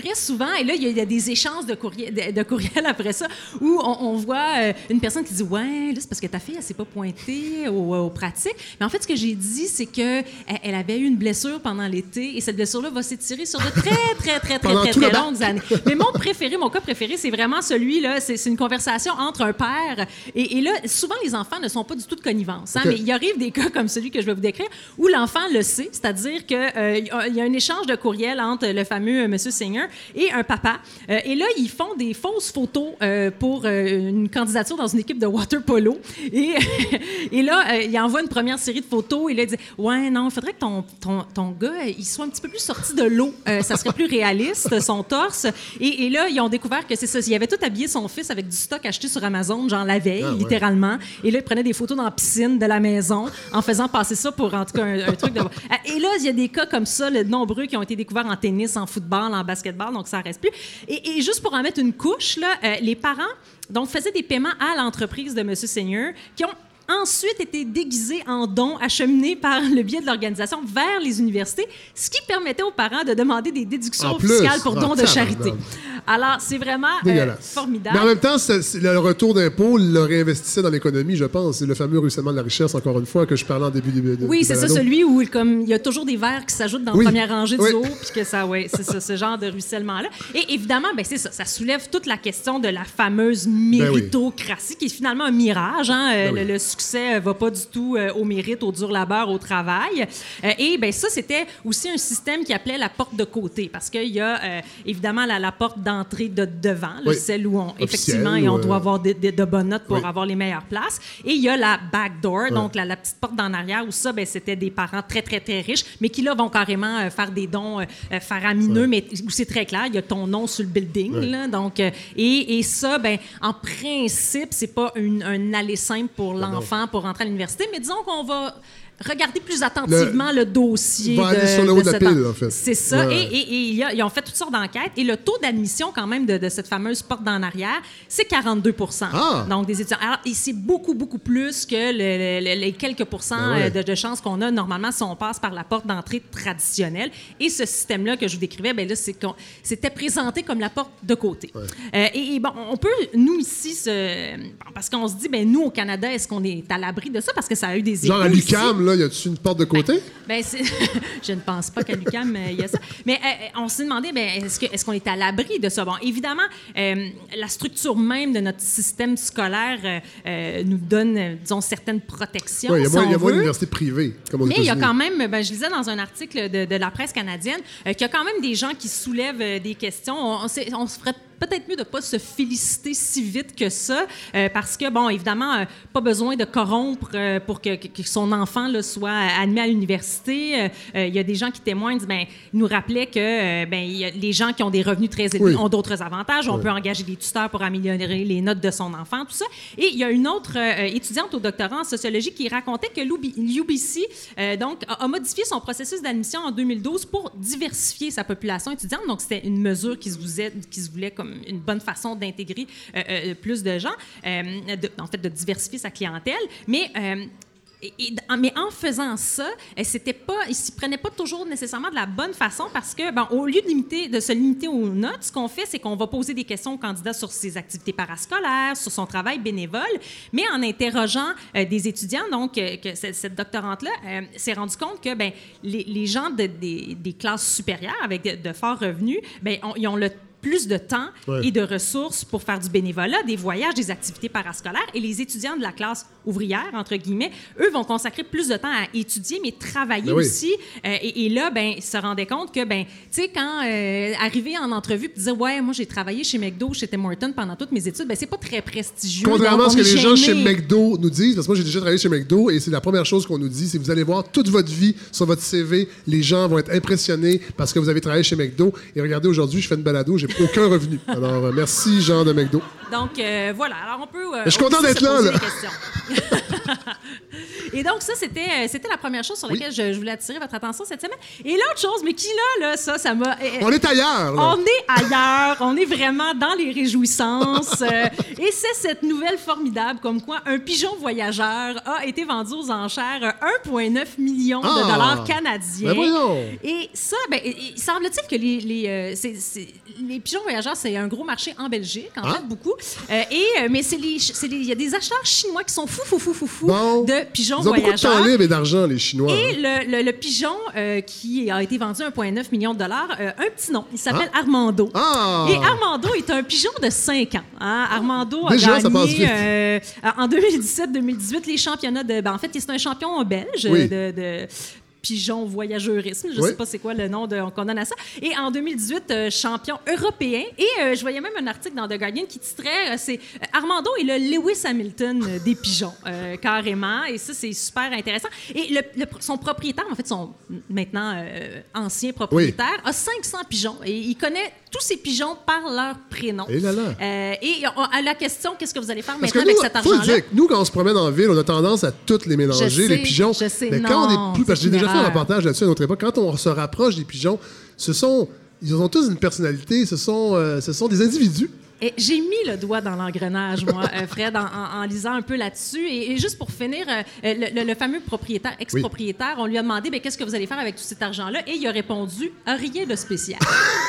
souvent, et là, il y, y a des échanges de courriel, de, de courriel après ça, où on, on voit euh, une personne qui dit « Ouais, là, c'est parce que ta fille, elle s'est pas pointée aux, aux pratiques. » Mais en fait, ce que j'ai dit, c'est qu'elle elle avait eu une blessure pendant l'été, et cette blessure-là va s'étirer sur de très, très, très, très, très, très, très longues années. Mais mon préféré, mon cas préféré, c'est vraiment celui-là. C'est, c'est une conversation entre un père, et, et là, souvent, les enfants ne sont pas du tout de connivence. Hein, okay. Mais il arrive des cas comme celui que je vais vous décrire, où l'enfant le sait, c'est-à-dire qu'il euh, y a un échange de courriel entre le fameux euh, M. Singer et un papa. Euh, et là, ils font des fausses photos euh, pour euh, une candidature dans une équipe de water polo. Et, et là, euh, il envoie une première série de photos et là, il dit « Ouais, non, il faudrait que ton, ton, ton gars, il soit un petit peu plus sorti de l'eau. Euh, ça serait plus réaliste, son torse. » Et, et là, ils ont découvert que c'est ça. Il avait tout habillé son fils avec du stock acheté sur Amazon, genre la veille, ah, ouais. littéralement. Et là, il prenait des photos dans la piscine de la maison en faisant passer ça pour, en tout cas, un, un truc de... Et là, il y a des cas comme ça, le nombreux qui ont été découverts en tennis, en football, en basketball, donc ça ne reste plus. Et, et juste pour en mettre une couche, là, euh, les parents donc, faisaient des paiements à l'entreprise de M. Seigneur qui ont ensuite été déguisés en dons acheminés par le biais de l'organisation vers les universités, ce qui permettait aux parents de demander des déductions en fiscales plus, pour dons de charité. Alors, c'est vraiment euh, formidable. Mais en même temps, c'est, c'est le retour d'impôt le réinvestissait dans l'économie, je pense. C'est le fameux ruissellement de la richesse, encore une fois, que je parlais en début de, de Oui, de c'est balado. ça, celui où comme, il y a toujours des verres qui s'ajoutent dans oui. la première rangée oui. du haut, puis que ça, ouais, c'est ça, ce genre de ruissellement-là. Et évidemment, ben, c'est ça, ça soulève toute la question de la fameuse méritocratie, ben oui. qui est finalement un mirage. Hein? Ben le, oui. le succès ne va pas du tout euh, au mérite, au dur labeur, au travail. Euh, et ben ça, c'était aussi un système qui appelait la porte de côté, parce qu'il y a euh, évidemment la, la porte d'entrée de devant, là, oui. celle où on, effectivement, et on euh... doit avoir de, de, de bonnes notes pour oui. avoir les meilleures places. Et il y a la back door, oui. donc la, la petite porte d'en arrière, où ça, ben, c'était des parents très, très, très riches, mais qui, là, vont carrément euh, faire des dons euh, faramineux, oui. mais où c'est très clair, il y a ton nom sur le building. Oui. Là, donc, euh, et, et ça, ben, en principe, c'est pas une, un aller simple pour l'enfant non. pour rentrer à l'université, mais disons qu'on va regarder plus attentivement le, le dossier va de, aller sur le haut de, de la cette pile, en fait. C'est ça. Ouais. Et, et, et y a, ils ont fait toutes sortes d'enquêtes. Et le taux d'admission, quand même, de, de cette fameuse porte d'en arrière, c'est quarante-deux pour cent. Ah. Donc, des étudiants. Alors, et c'est beaucoup, beaucoup plus que le, le, les quelques pourcents ben ouais. de, de chances qu'on a normalement si on passe par la porte d'entrée traditionnelle. Et ce système-là que je vous décrivais, ben là, c'est qu'on, c'était présenté comme la porte de côté. Ouais. Euh, et, et bon, on peut, nous, ici, se, parce qu'on se dit, ben nous, au Canada, est-ce qu'on est à l'abri de ça? Parce que ça a eu des échos. Genre à l'U Q A M, là, y a-tu une porte de côté? Ben, ben c'est... je ne pense pas qu'à l'U Q A M, il y a ça. Mais euh, on s'est demandé, ben, est-ce, que, est-ce qu'on est à l'abri de ça? Bon, évidemment, euh, la structure même de notre système scolaire euh, euh, nous donne, euh, disons, certaines protections. Oui, il y a moins, si y a moins d'universités privées, comme aux Mais il y a États-Unis. quand même, ben, je lisais dans un article de, de la presse canadienne, euh, qu'il y a quand même des gens qui soulèvent euh, des questions. On, on, on se ferait peut-être mieux de ne pas se féliciter si vite que ça, euh, parce que, bon, évidemment, euh, pas besoin de corrompre euh, pour que, que, que son enfant là, soit admis à l'université. Il euh, euh, y a des gens qui témoignent, ben, ils nous rappelaient que euh, ben, y a les gens qui ont des revenus très élevés oui. ont d'autres avantages. On oui. peut engager des tuteurs pour améliorer les notes de son enfant, tout ça. Et il y a une autre euh, étudiante au doctorat en sociologie qui racontait que l'U B C euh, donc, a, a modifié son processus d'admission en deux mille douze pour diversifier sa population étudiante. Donc, c'était une mesure qui se voulait, qui se voulait comme une bonne façon d'intégrer euh, euh, plus de gens, euh, de, en fait, de diversifier sa clientèle. Mais euh, Et, et, mais en faisant ça, c'était pas, ils s'y prenaient pas toujours nécessairement de la bonne façon parce que, bon, au lieu de, limiter, de se limiter aux notes, ce qu'on fait, c'est qu'on va poser des questions au candidat sur ses activités parascolaires, sur son travail bénévole, mais en interrogeant euh, des étudiants, donc, euh, que cette, cette doctorante-là euh, s'est rendue compte que, ben, les, les gens de, des, des classes supérieures avec de, de forts revenus, ben, on, ils ont le plus de temps ouais. et de ressources pour faire du bénévolat, des voyages, des activités parascolaires. Et les étudiants de la classe ouvrière, entre guillemets, eux vont consacrer plus de temps à étudier, mais travailler ben aussi. Oui. Euh, et, et là, ben, ils se rendaient compte que, ben, tu sais, quand euh, arriver en entrevue et dire « Ouais, moi, j'ai travaillé chez McDo, chez Tim Hortons pendant toutes mes études », ben, c'est pas très prestigieux. Contrairement donc, à ce que les gêné. gens chez McDo nous disent, parce que moi, j'ai déjà travaillé chez McDo et c'est la première chose qu'on nous dit, c'est que vous allez voir toute votre vie sur votre C V, les gens vont être impressionnés parce que vous avez travaillé chez McDo. Et regardez, aujourd'hui, je fais une balado, j'ai aucun revenu. Alors, euh, merci, Jean de McDo. Donc, euh, voilà. Alors, on peut... Euh, je suis content d'être là, là. Et donc, ça, c'était, c'était la première chose sur laquelle oui. je, je voulais attirer votre attention cette semaine. Et l'autre chose, mais qui là, là, ça, ça m'a... On est ailleurs, là. On est ailleurs. On est vraiment dans les réjouissances. euh, et c'est cette nouvelle formidable, comme quoi un pigeon voyageur a été vendu aux enchères un virgule neuf million de ah, dollars canadiens. Ben voyons. Et ça, ben, il semble-t-il que les, les, euh, c'est, c'est, les pigeons voyageurs, c'est un gros marché en Belgique, en ah. fait, beaucoup. Euh, et, mais c'est les, c'est les, il y a des acheteurs chinois qui sont fous, fous, fous, faux, faux bon, de pigeons ils ont voyageurs. Beaucoup de temps libre et d'argent, les Chinois. Et hein. le, le, le pigeon euh, qui a été vendu un virgule neuf million de dollars, euh, un petit nom. Il s'appelle ah. Armando. Ah. Et Armando est un pigeon de cinq ans. Hein? Armando a Déjà, gagné euh, en deux mille dix-sept deux mille dix-huit les championnats de... Ben, en fait, c'est un champion belge oui. de... de pigeon voyageurisme, je ne oui. sais pas c'est quoi le nom de, qu'on donne à ça. Et en deux mille dix-huit, euh, champion européen. Et euh, je voyais même un article dans The Guardian qui titrait euh, c'est euh, Armando est le Lewis Hamilton euh, des pigeons, euh, carrément. Et ça, c'est super intéressant. Et le, le, son propriétaire, en fait, son maintenant euh, ancien propriétaire, oui. a cinq cents pigeons. Et il connaît tous ces pigeons par leur prénom. Et là là. Euh, et à la question, qu'est-ce que vous allez faire Parce maintenant nous, avec cet argent-là? Dire que nous, quand on se promène en ville, on a tendance à toutes les mélanger, je sais, les pigeons. Je sais, mais non, quand on est plus... Parce que j'ai déjà fait un reportage là-dessus à notre époque. Quand on se rapproche des pigeons, ce sont... Ils ont tous une personnalité. Ce sont, euh, ce sont des individus. Et j'ai mis le doigt dans l'engrenage, moi, euh, Fred, en, en, en lisant un peu là-dessus. Et, et juste pour finir, euh, le, le, le fameux propriétaire, ex-propriétaire, oui. on lui a demandé ben, qu'est-ce que vous allez faire avec tout cet argent-là? Et il a répondu rien de spécial.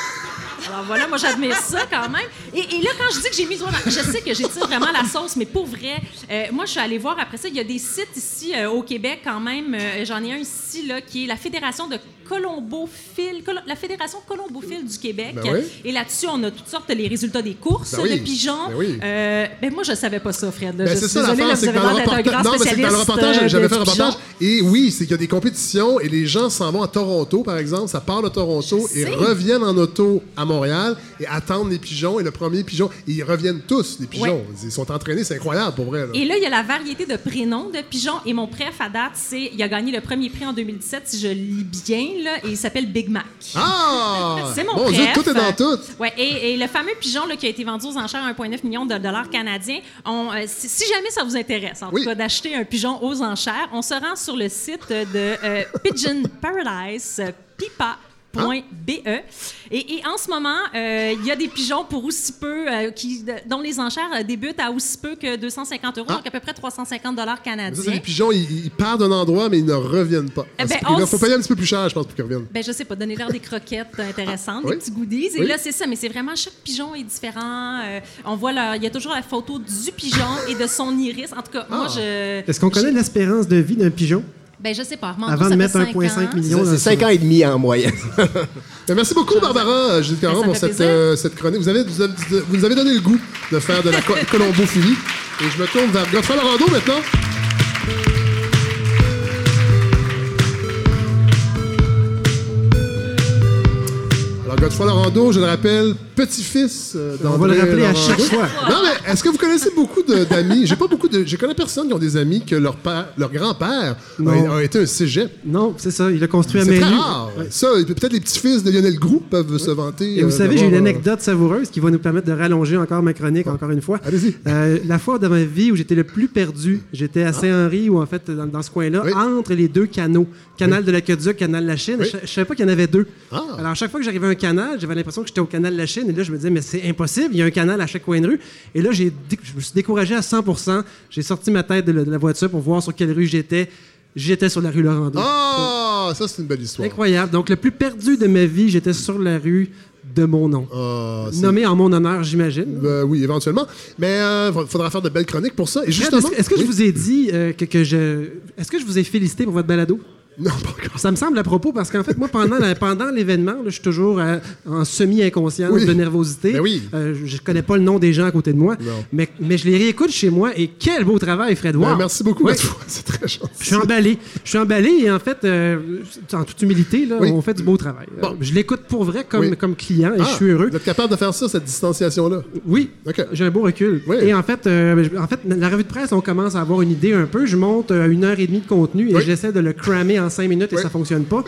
Alors voilà, moi j'admire ça quand même. Et, et là, quand je dis que j'ai mis le doigt dans... Je sais que j'étire vraiment la sauce, mais pour vrai, euh, moi je suis allée voir après ça, il y a des sites ici euh, au Québec quand même. Euh, j'en ai un ici, là, qui est la Fédération de Colombophile, Col- la Fédération Colombophile du Québec. Ben oui. Et là-dessus, on a toutes sortes les résultats des courses ben oui. de pigeons. Ben oui. euh, ben moi, je savais pas ça, Fred. Là. Ben je c'est suis ça désolée, là, l'affaire, vous c'est avez que dans l'air le, d'être un reporta- grand non, mais c'est que dans le reportage, spécialiste, j'avais euh, fait un du reportage. pigeon. Et oui, c'est qu'il y a des compétitions et les gens s'en vont à Toronto, par exemple. Ça part de Toronto Je et sais. reviennent en auto à Montréal et attendent les pigeons. Et le premier pigeon, et ils reviennent tous, les pigeons. Ouais. Ils sont entraînés, c'est incroyable pour vrai. Là. Et là, il y a la variété de prénoms de pigeons. Et mon préf à date, c'est... Il a gagné le premier prix en deux mille dix-sept, si je lis bien, là, et il s'appelle Big Mac. Ah! C'est mon Bon préf. Dieu, tout est dans tout. Ouais, et, et le fameux pigeon là, qui a été vendu aux enchères à un virgule neuf million de dollars canadiens, on, euh, si, si jamais ça vous intéresse, en oui. tout cas, d'acheter un pigeon aux enchères, on se rend sur le site de euh, Pigeon Paradise, euh, pipa point b e. Et, et en ce moment, il euh, y a des pigeons pour aussi peu, euh, qui, dont les enchères euh, débutent à aussi peu que deux cent cinquante euros, ah. donc à peu près trois cent cinquante dollars canadiens. Ça, les pigeons, ils, ils partent d'un endroit, mais ils ne reviennent pas. Eh ben, Il faut payer un petit peu plus cher, je pense, pour qu'ils reviennent. Ben, je sais pas, donner-leur des croquettes intéressantes, ah, des oui? petits goodies. Et oui. là, c'est ça, mais c'est vraiment, chaque pigeon est différent. Euh, on voit, il y a toujours la photo du pigeon et de son iris. En tout cas, ah. moi, je... Est-ce qu'on connaît l'espérance de vie d'un pigeon? Ben, je sais pas. Armando, avant de mettre un virgule cinq million. C'est cinq ans et demi en moyenne. Ben, merci beaucoup, Barbara Judith Caron, pour cette, euh, cette chronique. Vous, avez, vous, avez, vous nous avez donné le goût de faire de la co- colombophilie. Et je me tourne vers Godfrey Lorando maintenant. Alors, Godfrey Lorando, je le rappelle, petit-fils euh, d'André On va le rappeler Lorando. à chaque fois. Non, mais est-ce que vous connaissez beaucoup de, d'amis? J'ai pas beaucoup de... Je connais personne qui ont des amis que leur, père, leur grand-père a, a été un cégep. Non, c'est ça. Il a construit à C'est main très nue. rare. Ouais. Ça, peut-être les petits-fils de Lionel Groux peuvent ouais. se vanter. Et vous euh, savez, j'ai une d'avoir, anecdote savoureuse qui va nous permettre de rallonger encore ma chronique, ouais. encore une fois. Allez-y. Euh, la fois de ma vie où j'étais le plus perdu, j'étais à Saint-Henri, ou en fait, dans, dans ce coin-là, oui. entre les deux canaux. Canal oui. de l'Aqueduc, Canal de la Chine. Oui. Je, je savais pas qu'il y en avait deux. Ah. Alors, chaque fois que j'arrivais à un canal, j'avais l'impression que j'étais au Canal de la Chine. Et là, je me disais, mais c'est impossible, il y a un canal à chaque coin de rue. Et là, j'ai, je me suis découragé à cent pour cent. J'ai sorti ma tête de la, de la voiture pour voir sur quelle rue j'étais. J'étais sur la rue Lorando. Ah, ça, c'est une belle histoire. Incroyable. Donc, le plus perdu de ma vie, j'étais sur la rue de mon nom. Ah, nommé en mon honneur, j'imagine. Ben, oui, éventuellement. Mais il euh, faudra faire de belles chroniques pour ça. Et justement, Fred, est-ce, est-ce que oui. je vous ai dit euh, que, que je... Est-ce que je vous ai félicité pour votre balado? Non, pas encore. Ça me semble à propos parce qu'en fait, moi, pendant, la, pendant l'événement, là, je suis toujours euh, en semi-inconscience oui. de nervosité. Ben oui. Euh, je connais pas le nom des gens à côté de moi, mais, mais je les réécoute chez moi et quel beau travail, Fred. Wow. Ben, merci beaucoup. Oui. C'est très gentil. Je suis emballé. Je suis emballé et en fait, euh, en toute humilité, là, oui. on fait du beau travail. Bon. Euh, je l'écoute pour vrai comme, oui. comme client et ah, je suis heureux. Vous êtes capable de faire ça, cette distanciation-là? Oui. Okay. J'ai un beau recul. Oui. Et en fait, euh, en fait, la revue de presse, on commence à avoir une idée un peu. Je monte à une heure et demie de contenu et oui. j'essaie de le cramer en pendant cinq minutes et Oui. ça fonctionne pas.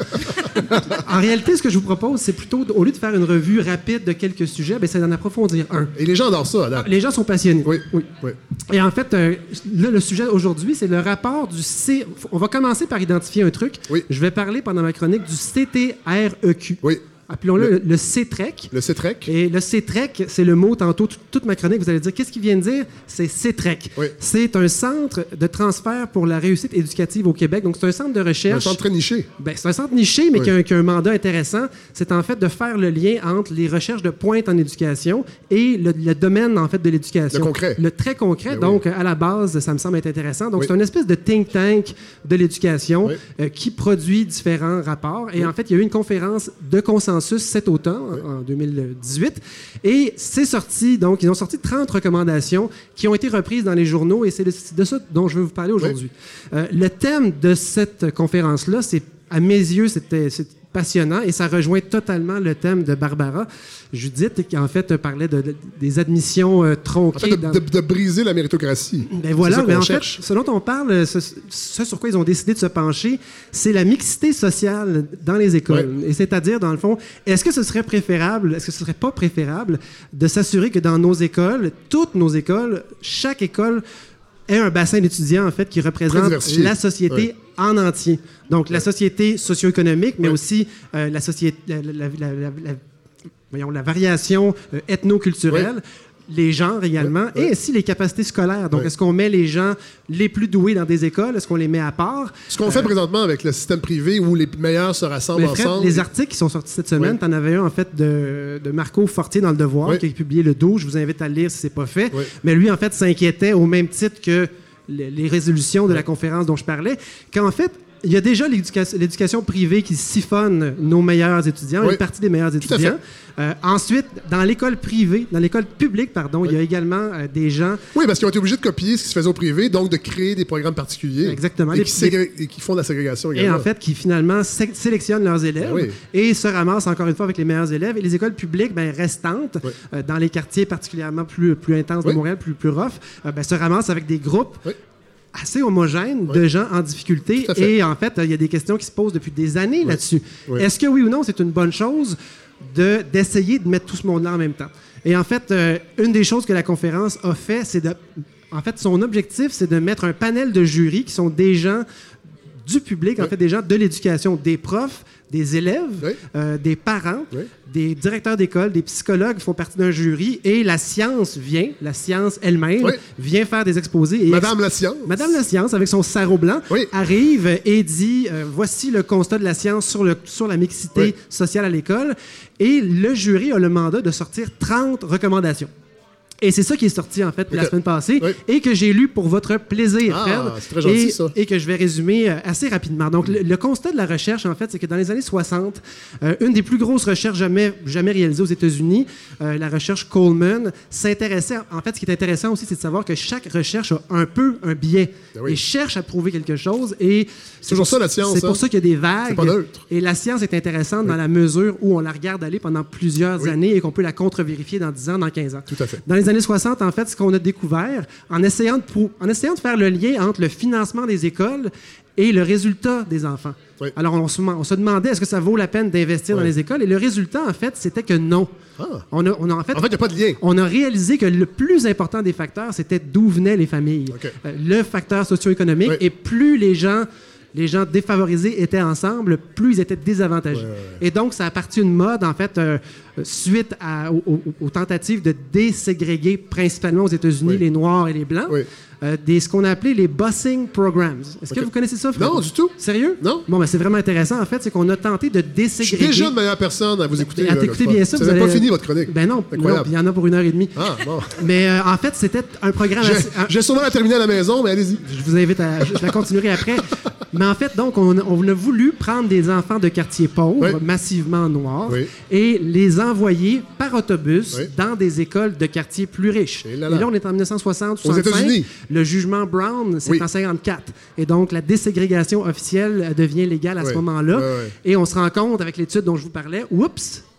En réalité, ce que je vous propose, c'est plutôt, au lieu de faire une revue rapide de quelques sujets, ben, c'est d'en approfondir un. Et les gens adorent ça, à date. Les gens sont passionnés. Oui, oui, oui. Et en fait, euh, là, le sujet aujourd'hui, c'est le rapport du C... On va commencer par identifier un truc. Oui. Je vais parler pendant ma chronique du C T R E Q. Oui. Appelons-le Le- le, le C-Trek. Le C-Trek. Et le C-Trek, c'est le mot, tantôt, t- toute ma chronique, vous allez dire, qu'est-ce qu'il vient de dire? C'est C-Trek. Oui. C'est un centre de transfert pour la réussite éducative au Québec. Donc, c'est un centre de Un recherche. centre très niché. Ben, c'est un centre niché, mais Oui. qui, a un, qui a un mandat intéressant. C'est en fait de faire le lien entre les recherches de pointe en éducation et le, le domaine, en fait, de l'éducation. Le concret. Le très concret. Ben Donc, à la base, ça me semble être intéressant. Donc, Oui. c'est une espèce de think tank de l'éducation Oui. euh, qui produit différents rapports. Et en fait, il y a eu une conférence de consensus cet automne, en- en deux mille dix-huit. Et c'est sorti, donc, ils ont sorti trente recommandations qui ont été reprises dans les journaux et c'est de, c'est de ça dont je veux vous parler aujourd'hui. Euh, le thème de cette conférence-là, c'est, à mes yeux, c'était c'est passionnant et ça rejoint totalement le thème de Barbara Judith, qui en fait parlait de, de- des admissions euh, En tronquées. fait, de, dans- de- de briser la méritocratie. ben C'est voilà, ça mais qu'on en cherche. fait, ce dont on parle, ce, ce sur quoi ils ont décidé de se pencher, c'est la mixité sociale dans les écoles. Et c'est-à-dire, dans le fond, est-ce que ce serait préférable, est-ce que ce serait pas préférable de s'assurer que dans nos écoles, toutes nos écoles, chaque école ait un bassin d'étudiants, en fait, qui représente diversifié. la société Ouais. en entier. Donc, la société socio-économique, mais Ouais. aussi euh, la société, la, la- la- la- la- la- voyons, la variation euh, ethno-culturelle. Les genres également, Ouais, ouais. et aussi les capacités scolaires. Donc, Ouais. est-ce qu'on met les gens les plus doués dans des écoles? Est-ce qu'on les met à part? Ce qu'on fait présentement avec le système privé où les meilleurs se rassemblent Mais Fred, ensemble. les articles qui sont sortis cette semaine, Oui. tu en avais un en fait de, de Marco Fortier dans Le Devoir, Oui. qui a publié le douze. Je vous invite à le lire si ce n'est pas fait. Oui. Mais lui, en fait, s'inquiétait au même titre que les, les résolutions de la conférence dont je parlais, qu'en fait, il y a déjà l'éducation, l'éducation privée qui siphonne nos meilleurs étudiants, Oui. une partie des meilleurs à fait. étudiants. Euh, ensuite, dans l'école privée, dans l'école publique, pardon, il y a également euh, des gens Oui, parce qu'ils ont été obligés de copier ce qui se faisait au privé, donc de créer des programmes particuliers. Exactement. Et, Les- qui, ségré- et qui font de la ségrégation et également. en fait qui finalement sé- sélectionnent leurs élèves Ben oui. et se ramassent encore une fois avec les meilleurs élèves. Et les écoles publiques ben, restantes, Oui. euh, dans les quartiers particulièrement plus, plus intenses de Oui. Montréal, plus, plus rough, euh, ben, se ramassent avec des groupes Oui. assez homogènes de gens en difficulté. Tout à fait. Et en fait, euh, il y a des questions qui se posent depuis des années là-dessus. Oui. Est-ce que oui ou non, c'est une bonne chose de, d'essayer de mettre tout ce monde-là en même temps? Et en fait, euh, une des choses que la conférence a fait, c'est de... En fait, son objectif, c'est de mettre un panel de jury qui sont des gens du public, en Oui. fait, des gens de l'éducation, des profs, des élèves, Oui. euh, des parents, Oui. des directeurs d'école, des psychologues font partie d'un jury et la science vient, la science elle-même, Oui. vient faire des exposés. Et Madame la science. Madame la science, avec son sarrau blanc, Oui. arrive et dit euh, voici le constat de la science sur, le, sur la mixité Oui. sociale à l'école. Et le jury a le mandat de sortir trente recommandations. Et c'est ça qui est sorti, en fait, la Ok. semaine passée Oui. et que j'ai lu pour votre plaisir, Ah, Fred. c'est très gentil, et, ça. et que je vais résumer euh, assez rapidement. Donc, le, le constat de la recherche, en fait, c'est que dans les années soixante, euh, une des plus grosses recherches jamais, jamais réalisées aux États-Unis, euh, la recherche Coleman, s'intéressait... En fait, ce qui est intéressant aussi, c'est de savoir que chaque recherche a un peu un biais Ben oui. et cherche à prouver quelque chose. Et c'est toujours pour- ça, la science, C'est hein. pour ça qu'il y a des vagues. C'est pas neutre. Et la science est intéressante dans la mesure où on la regarde aller pendant plusieurs Oui. années et qu'on peut la contre-vérifier dans dix ans, dans quinze ans. Tout à fait. Dans les années soixante, en fait, ce qu'on a découvert, en essayant, de pou- en essayant de faire le lien entre le financement des écoles et le résultat des enfants. Oui. Alors, on se, on se demandait, est-ce que ça vaut la peine d'investir dans Oui. les écoles? Et le résultat, en fait, c'était que non. Ah. On a, on a, en fait, En fait, il n'y a pas de lien. on a réalisé que le plus important des facteurs, c'était d'où venaient les familles. OK. Euh, le facteur socio-économique. Oui. Et plus les gens, les gens défavorisés étaient ensemble, plus ils étaient désavantagés. Ouais, ouais, ouais. Et donc, ça a parti une mode, en fait, euh, euh, suite à- aux, aux- aux tentatives de déségréguer principalement aux États-Unis Oui. les Noirs et les Blancs, Oui. euh, des, ce qu'on a appelé les busing programs. Est-ce que OK. vous connaissez ça, Fred? Non, du tout. Sérieux? Non. Bon, ben, c'est vraiment intéressant. En fait, c'est qu'on a tenté de Je suis déségréguer... déjà une meilleure personne à vous écouter. À là, t'écouter là, bien c'est ça, pas- vous C'est même allez- pas fini, votre chronique. Ben non, Incroyable. non, puis il y en a pour une heure et demie. Ah, bon. Mais euh, en fait, c'était un programme J'ai assez... un- j'ai sûrement la terminer à la maison, mais allez-y. Je vous invite à... Je, je la continuerai après. Mais en fait, donc, on, on a voulu prendre des enfants de quartiers pauvres, Oui. massivement noirs, Oui. et les envoyer par autobus Oui. dans des écoles de quartiers plus riches. Et Et là là, là. on est en dix-neuf cent soixante Aux soixante-cinq. États-Unis. Le jugement Brown, c'est Oui. en cinquante-quatre. Et donc, la déségrégation officielle euh, devient légale à ce Oui. moment-là. Oui, oui. Et on se rend compte, avec l'étude dont je vous parlais, oups,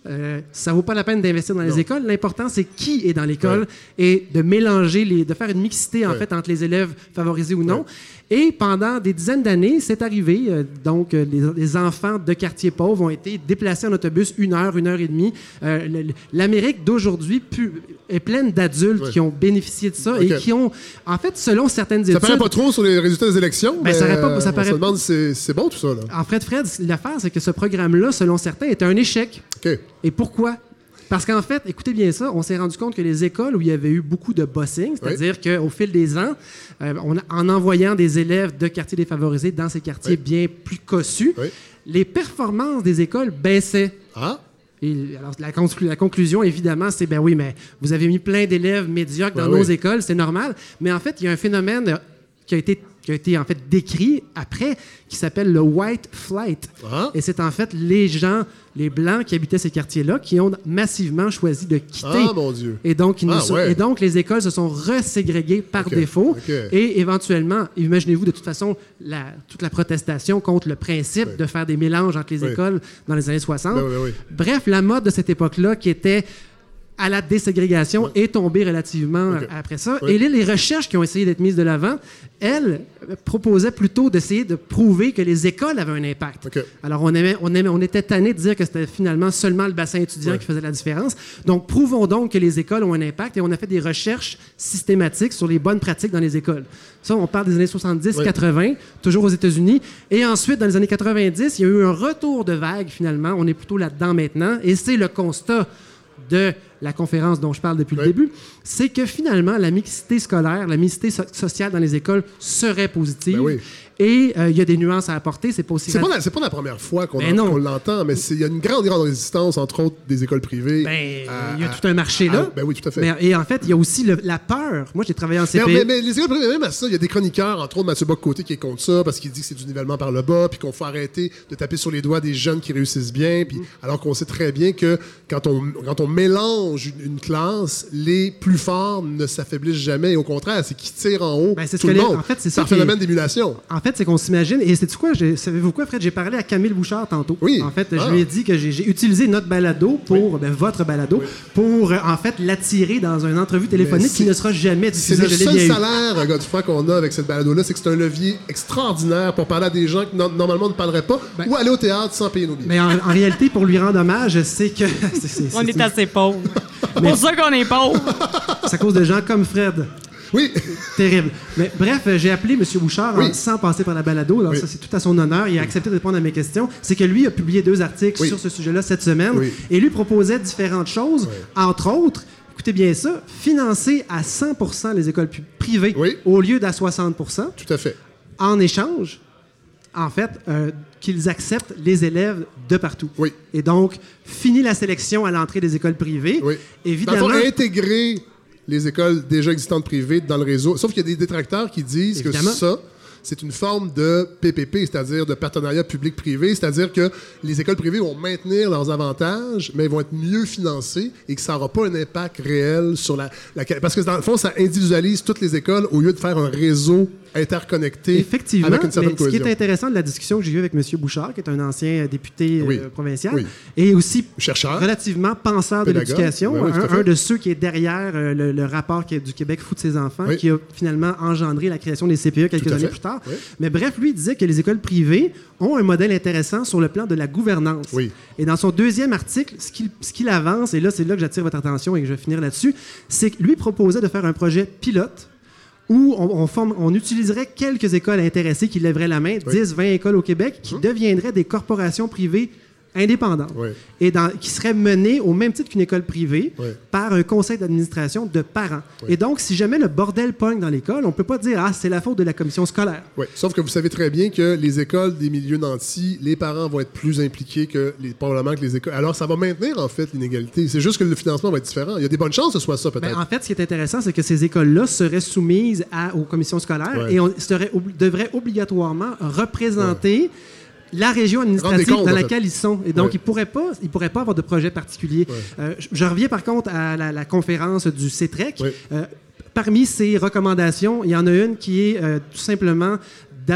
Euh, ça vaut pas la peine d'investir dans les Non. écoles. L'important, c'est qui est dans l'école Ouais. et de mélanger, les, de faire une mixité, en Ouais. fait, entre les élèves favorisés ou non. Ouais. Et pendant des dizaines d'années, c'est arrivé. Euh, donc, euh, les, les enfants de quartiers pauvres ont été déplacés en autobus une heure, une heure et demie. Euh, le- le- L'Amérique d'aujourd'hui pu- est pleine d'adultes Ouais. qui ont bénéficié de ça Ok. et qui ont, en fait, selon certaines Ça études... paraît pas trop sur les résultats des élections, Ben, mais ça paraît pas- ça euh, paraît on se pas- demande si c'est- c'est bon tout ça. Là. En fait, Fred, l'affaire, c'est que ce programme-là, selon certains, est un échec. OK. Et pourquoi? Parce qu'en fait, écoutez bien ça, on s'est rendu compte que les écoles où il y avait eu beaucoup de busing, c'est-à-dire qu'au fil des ans, euh, on a- en envoyant des élèves de quartiers défavorisés dans ces quartiers Oui. bien plus cossus, Oui. les performances des écoles baissaient. Ah? Et alors, la, conclu- la conclusion, évidemment, c'est ben oui, mais vous avez mis plein d'élèves médiocres dans Ben nos oui. écoles, c'est normal. Mais en fait, il y a un phénomène euh, qui a été qui a été en fait décrit après, qui s'appelle le white flight. Ah. Et c'est en fait les gens, les blancs qui habitaient ces quartiers-là, qui ont massivement choisi de quitter. Ah, mon Dieu. Et donc, ils ne Ah, sont- ouais. et donc, les écoles se sont reségrégées par Ok, défaut. ok. Et éventuellement, imaginez-vous de toute façon la- toute la protestation contre le principe Oui. de faire des mélanges entre les Oui. écoles dans les années soixante. Ben oui, ben oui. Bref, la mode de cette époque-là qui était à la déségrégation est tombée relativement Ok. après ça. Oui. Et là, les recherches qui ont essayé d'être mises de l'avant, elles euh, proposaient plutôt d'essayer de prouver que les écoles avaient un impact. Ok. Alors, on, aimait, on, aimait, on était tanné de dire que c'était finalement seulement le bassin étudiant Ouais. qui faisait la différence. Donc, prouvons donc que les écoles ont un impact et on a fait des recherches systématiques sur les bonnes pratiques dans les écoles. Ça, on parle des années soixante-dix quatre-vingts, toujours aux États-Unis. Et ensuite, dans les années quatre-vingt-dix, il y a eu un retour de vague finalement. On est plutôt là-dedans maintenant. Et c'est le constat de la conférence dont je parle depuis Oui. le début, c'est que finalement, la mixité scolaire, la mixité so- sociale dans les écoles serait positive. Ben oui. Et euh, il y a des nuances à apporter. C'est pas aussi C'est pas, radi- la, c'est pas la première fois qu'on Ben en- non. qu'on l'entend, mais c'est- il y a une grande, grande résistance, entre autres, des écoles privées. Ben, à- il y a à- tout un marché là. à- ben oui, tout à fait. Mais- et en fait, il y a aussi le- la peur. Moi, j'ai travaillé en C P Mais, E. mais- mais les écoles privées, même à ça, il y a des chroniqueurs, entre autres Mathieu Bock-Côté, qui est contre ça, parce qu'il dit que c'est du nivellement par le bas, puis qu'on faut arrêter de taper sur les doigts des jeunes qui réussissent bien, puis alors qu'on sait très bien que quand on, quand on mélange une, une classe, les plus forts ne s'affaiblissent jamais, et au contraire, c'est qu'ils tirent en haut Ben, c'est ce tout que le les- monde. en fait, c'est ça par qui est- phénomène d'émulation. En fait, c'est qu'on s'imagine, et c'est quoi, j'ai- savez-vous quoi, Fred? J'ai parlé à Camille Bouchard tantôt. Oui. En fait, Ah. je lui ai dit que j'ai j'ai utilisé notre balado pour, ben, votre balado, pour, euh, en fait, l'attirer dans une entrevue téléphonique c'est- qui ne sera jamais C'est diffusée. le Je l'ai seul bien eu. salaire, euh, Godefroy, qu'on a avec cette balado-là, c'est que c'est un levier extraordinaire pour parler à des gens qui no- normalement ne parlera pas, Ben- ou aller au théâtre sans payer nos billets. Mais en, en réalité, pour lui rendre hommage, c'est que... c'est- c'est- On c'est- est assez pauvres. C'est pour ça qu'on est pauvres. C'est à cause de gens comme Fred. Oui, Terrible. Mais bref, euh, j'ai appelé M. Bouchard Oui. en- sans passer par la balado. Alors Oui. ça, c'est tout à son honneur. Il a accepté de répondre à mes questions. C'est que lui a publié deux articles Oui. sur ce sujet-là cette semaine Oui. et lui proposait différentes choses. Entre autres, écoutez bien ça, financer à cent pour cent les écoles pu- privées Oui. au lieu d'à soixante pour cent. tout à fait. En échange, en fait, euh, qu'ils acceptent les élèves de partout. Oui. Et donc, fini la sélection à l'entrée des écoles privées. Oui. Évidemment, Dans le fond, intégrer les écoles déjà existantes privées dans le réseau. Sauf qu'il y a des détracteurs qui disent Évidemment. que ça, c'est une forme de P P P, c'est-à-dire de partenariat public-privé, c'est-à-dire que les écoles privées vont maintenir leurs avantages, mais ils vont être mieux financées et que ça n'aura pas un impact réel sur la, la... Parce que dans le fond, ça individualise toutes les écoles au lieu de faire un réseau interconnecté Effectivement, avec une mais certaine ce qui cohésion. est intéressant de la discussion que j'ai eue avec M. Bouchard, qui est un ancien député Oui. euh, provincial, Oui. et aussi Chercheur. relativement penseur de Pédagogue. l'éducation, Oui, oui, tout à un, fait. un de ceux qui est derrière euh, le, le rapport qui est du Québec fout de ses enfants, Oui. qui a finalement engendré la création des C P E quelques Tout à années fait. plus tard. Oui. Mais bref, lui, il disait que les écoles privées ont un modèle intéressant sur le plan de la gouvernance. Oui. Et dans son deuxième article, ce qu'il ce qu'il avance, et là, c'est là que j'attire votre attention et que je vais finir là-dessus, c'est que lui proposait de faire un projet pilote où on, on, forme- on utiliserait quelques écoles intéressées qui lèveraient la main, Oui. dix, vingt écoles au Québec, qui deviendraient des corporations privées indépendantes Oui. et dans- qui seraient menées au même titre qu'une école privée Oui. par un conseil d'administration de parents. Oui. Et donc, si jamais le bordel pogne dans l'école, on ne peut pas dire « Ah, c'est la faute de la commission scolaire ». Oui, sauf que vous savez très bien que les écoles des milieux nantis, les parents vont être plus impliqués que les, probablement que les écoles. Alors, ça va maintenir, en fait, l'inégalité. C'est juste que le financement va être différent. Il y a des bonnes chances que ce soit ça, peut-être. Ben, en fait, ce qui est intéressant, c'est que ces écoles-là seraient soumises à- aux commissions scolaires Ouais. et on serait ob- devraient obligatoirement représenter la région Rendre administrative des comptes, dans en fait. laquelle ils sont. Et donc, Ouais. ils ne pourraient, pas- ils pourraient pas avoir de projet particulier. Ouais. Euh, je, je reviens par contre à la, la conférence du C E T R E C. Ouais. Euh, parmi ces recommandations, il y en a une qui est euh, tout simplement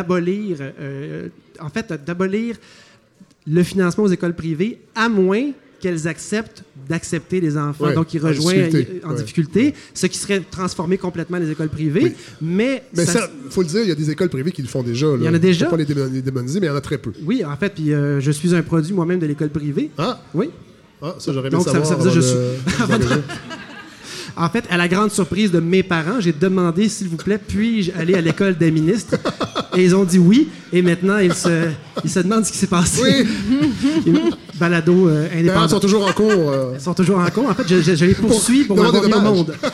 d'abolir, euh, en fait, d'abolir le financement aux écoles privées, à moins qu'elles acceptent d'accepter les enfants. Ouais, Donc, il en rejoint difficulté. en Ouais. difficulté, ce qui serait transformer complètement les écoles privées. Oui. Mais, Mais ça- ça, faut le dire, il y a des écoles privées qui le font déjà. Là. Il y en a déjà? Faut pas les démon- les démoniser, mais il y en a très peu. oui, en fait, puis euh, je suis un produit moi-même de l'école privée. Ah, Oui. ah ça, j'aurais aimé Donc, ça- savoir. ça veut dire avant je de- suis- d'engager. En fait, à la grande surprise de mes parents, j'ai demandé, s'il vous plaît, puis-je aller à l'école des ministres? Et ils ont dit oui. Et maintenant, ils se, ils se demandent ce qui s'est passé. Oui, Ils- Balado euh, les parents indépendant. sont toujours en cours. euh. Ils sont toujours en cours. En fait, je, je- je les poursuis pour Demande m'avoir des mis au dommages. monde.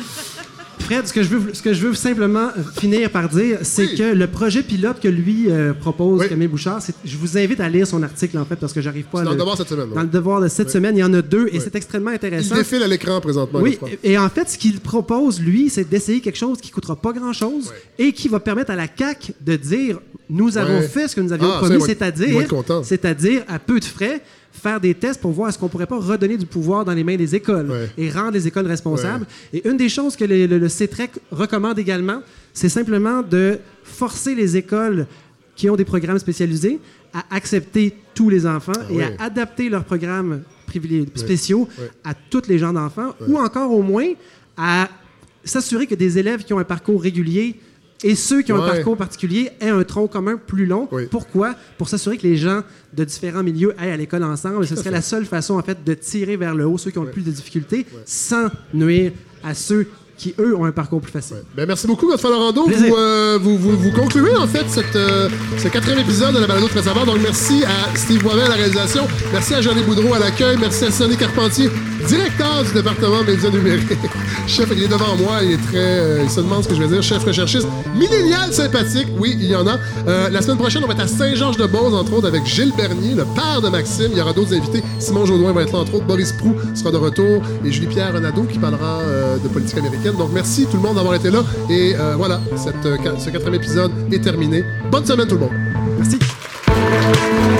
Fred, ce que je veux, ce que je veux simplement finir par dire, c'est Oui. que le projet pilote que lui euh, propose, Oui. Camille Bouchard, c'est- je vous invite à lire son article, en fait, parce que j'arrive pas C'est à dans le... le devoir cette semaine. Dans ouais. le devoir de cette Oui. semaine, il y en a deux, et Oui. c'est extrêmement Il intéressant. défile à l'écran présentement. Oui, Godefroy. et en fait, ce qu'il propose, lui, c'est d'essayer quelque chose qui coûtera pas grand-chose Ouais. et qui va permettre à la C A Q de dire nous avons Ouais. fait ce que nous avions Ah, ça, promis, ils vont être- ils vont c'est-à-dire, être contents. c'est-à-dire à peu de frais, faire des tests pour voir est-ce qu'on pourrait pas redonner du pouvoir dans les mains des écoles Ouais. et rendre les écoles responsables. Et une des choses que le, le, le C T R E C recommande également, c'est simplement de forcer les écoles qui ont des programmes spécialisés à accepter tous les enfants Ah et ouais. à adapter leurs programmes privilégiés, spéciaux Ouais. à tous les genres d'enfants, ou encore au moins à s'assurer que des élèves qui ont un parcours régulier et ceux qui ont un Ouais. parcours particulier aient un tronc commun plus long. Oui. Pourquoi? Pour s'assurer que les gens de différents milieux aillent à l'école ensemble. Et ce Tout à serait fait. la seule façon, en fait, de tirer vers le haut ceux qui ont le Ouais. plus de difficultés sans nuire à ceux qui, eux, ont un parcours plus facile. Ben, merci beaucoup, Godefroy Laurando. Plaisir. Vous, euh, vous, vous, vous concluez, en fait, cette, euh, ce quatrième épisode de la balado Très Saveur. Donc, merci à Steve Boivin à la réalisation. Merci à Johnny Boudreau à l'accueil. Merci à Sonny Carpentier, directeur du département médias numériques. Chef, il est devant moi. Il est très... euh, il se demande ce que je vais dire. Chef recherchiste millénial sympathique. Oui, il y en a. Euh, la semaine prochaine, on va être à Saint-Georges-de-Beauce, entre autres, avec Gilles Bernier, le père de Maxime. Il y aura d'autres invités. Simon Jaudoin va être là, entre autres. Boris Proulx sera de retour. Et Julie-Pierre Renadeau qui parlera euh, de politique américaine. Donc, merci tout le monde d'avoir été là. Et euh, voilà, cette, euh, ce quatrième épisode est terminé. Bonne semaine tout le monde. Merci.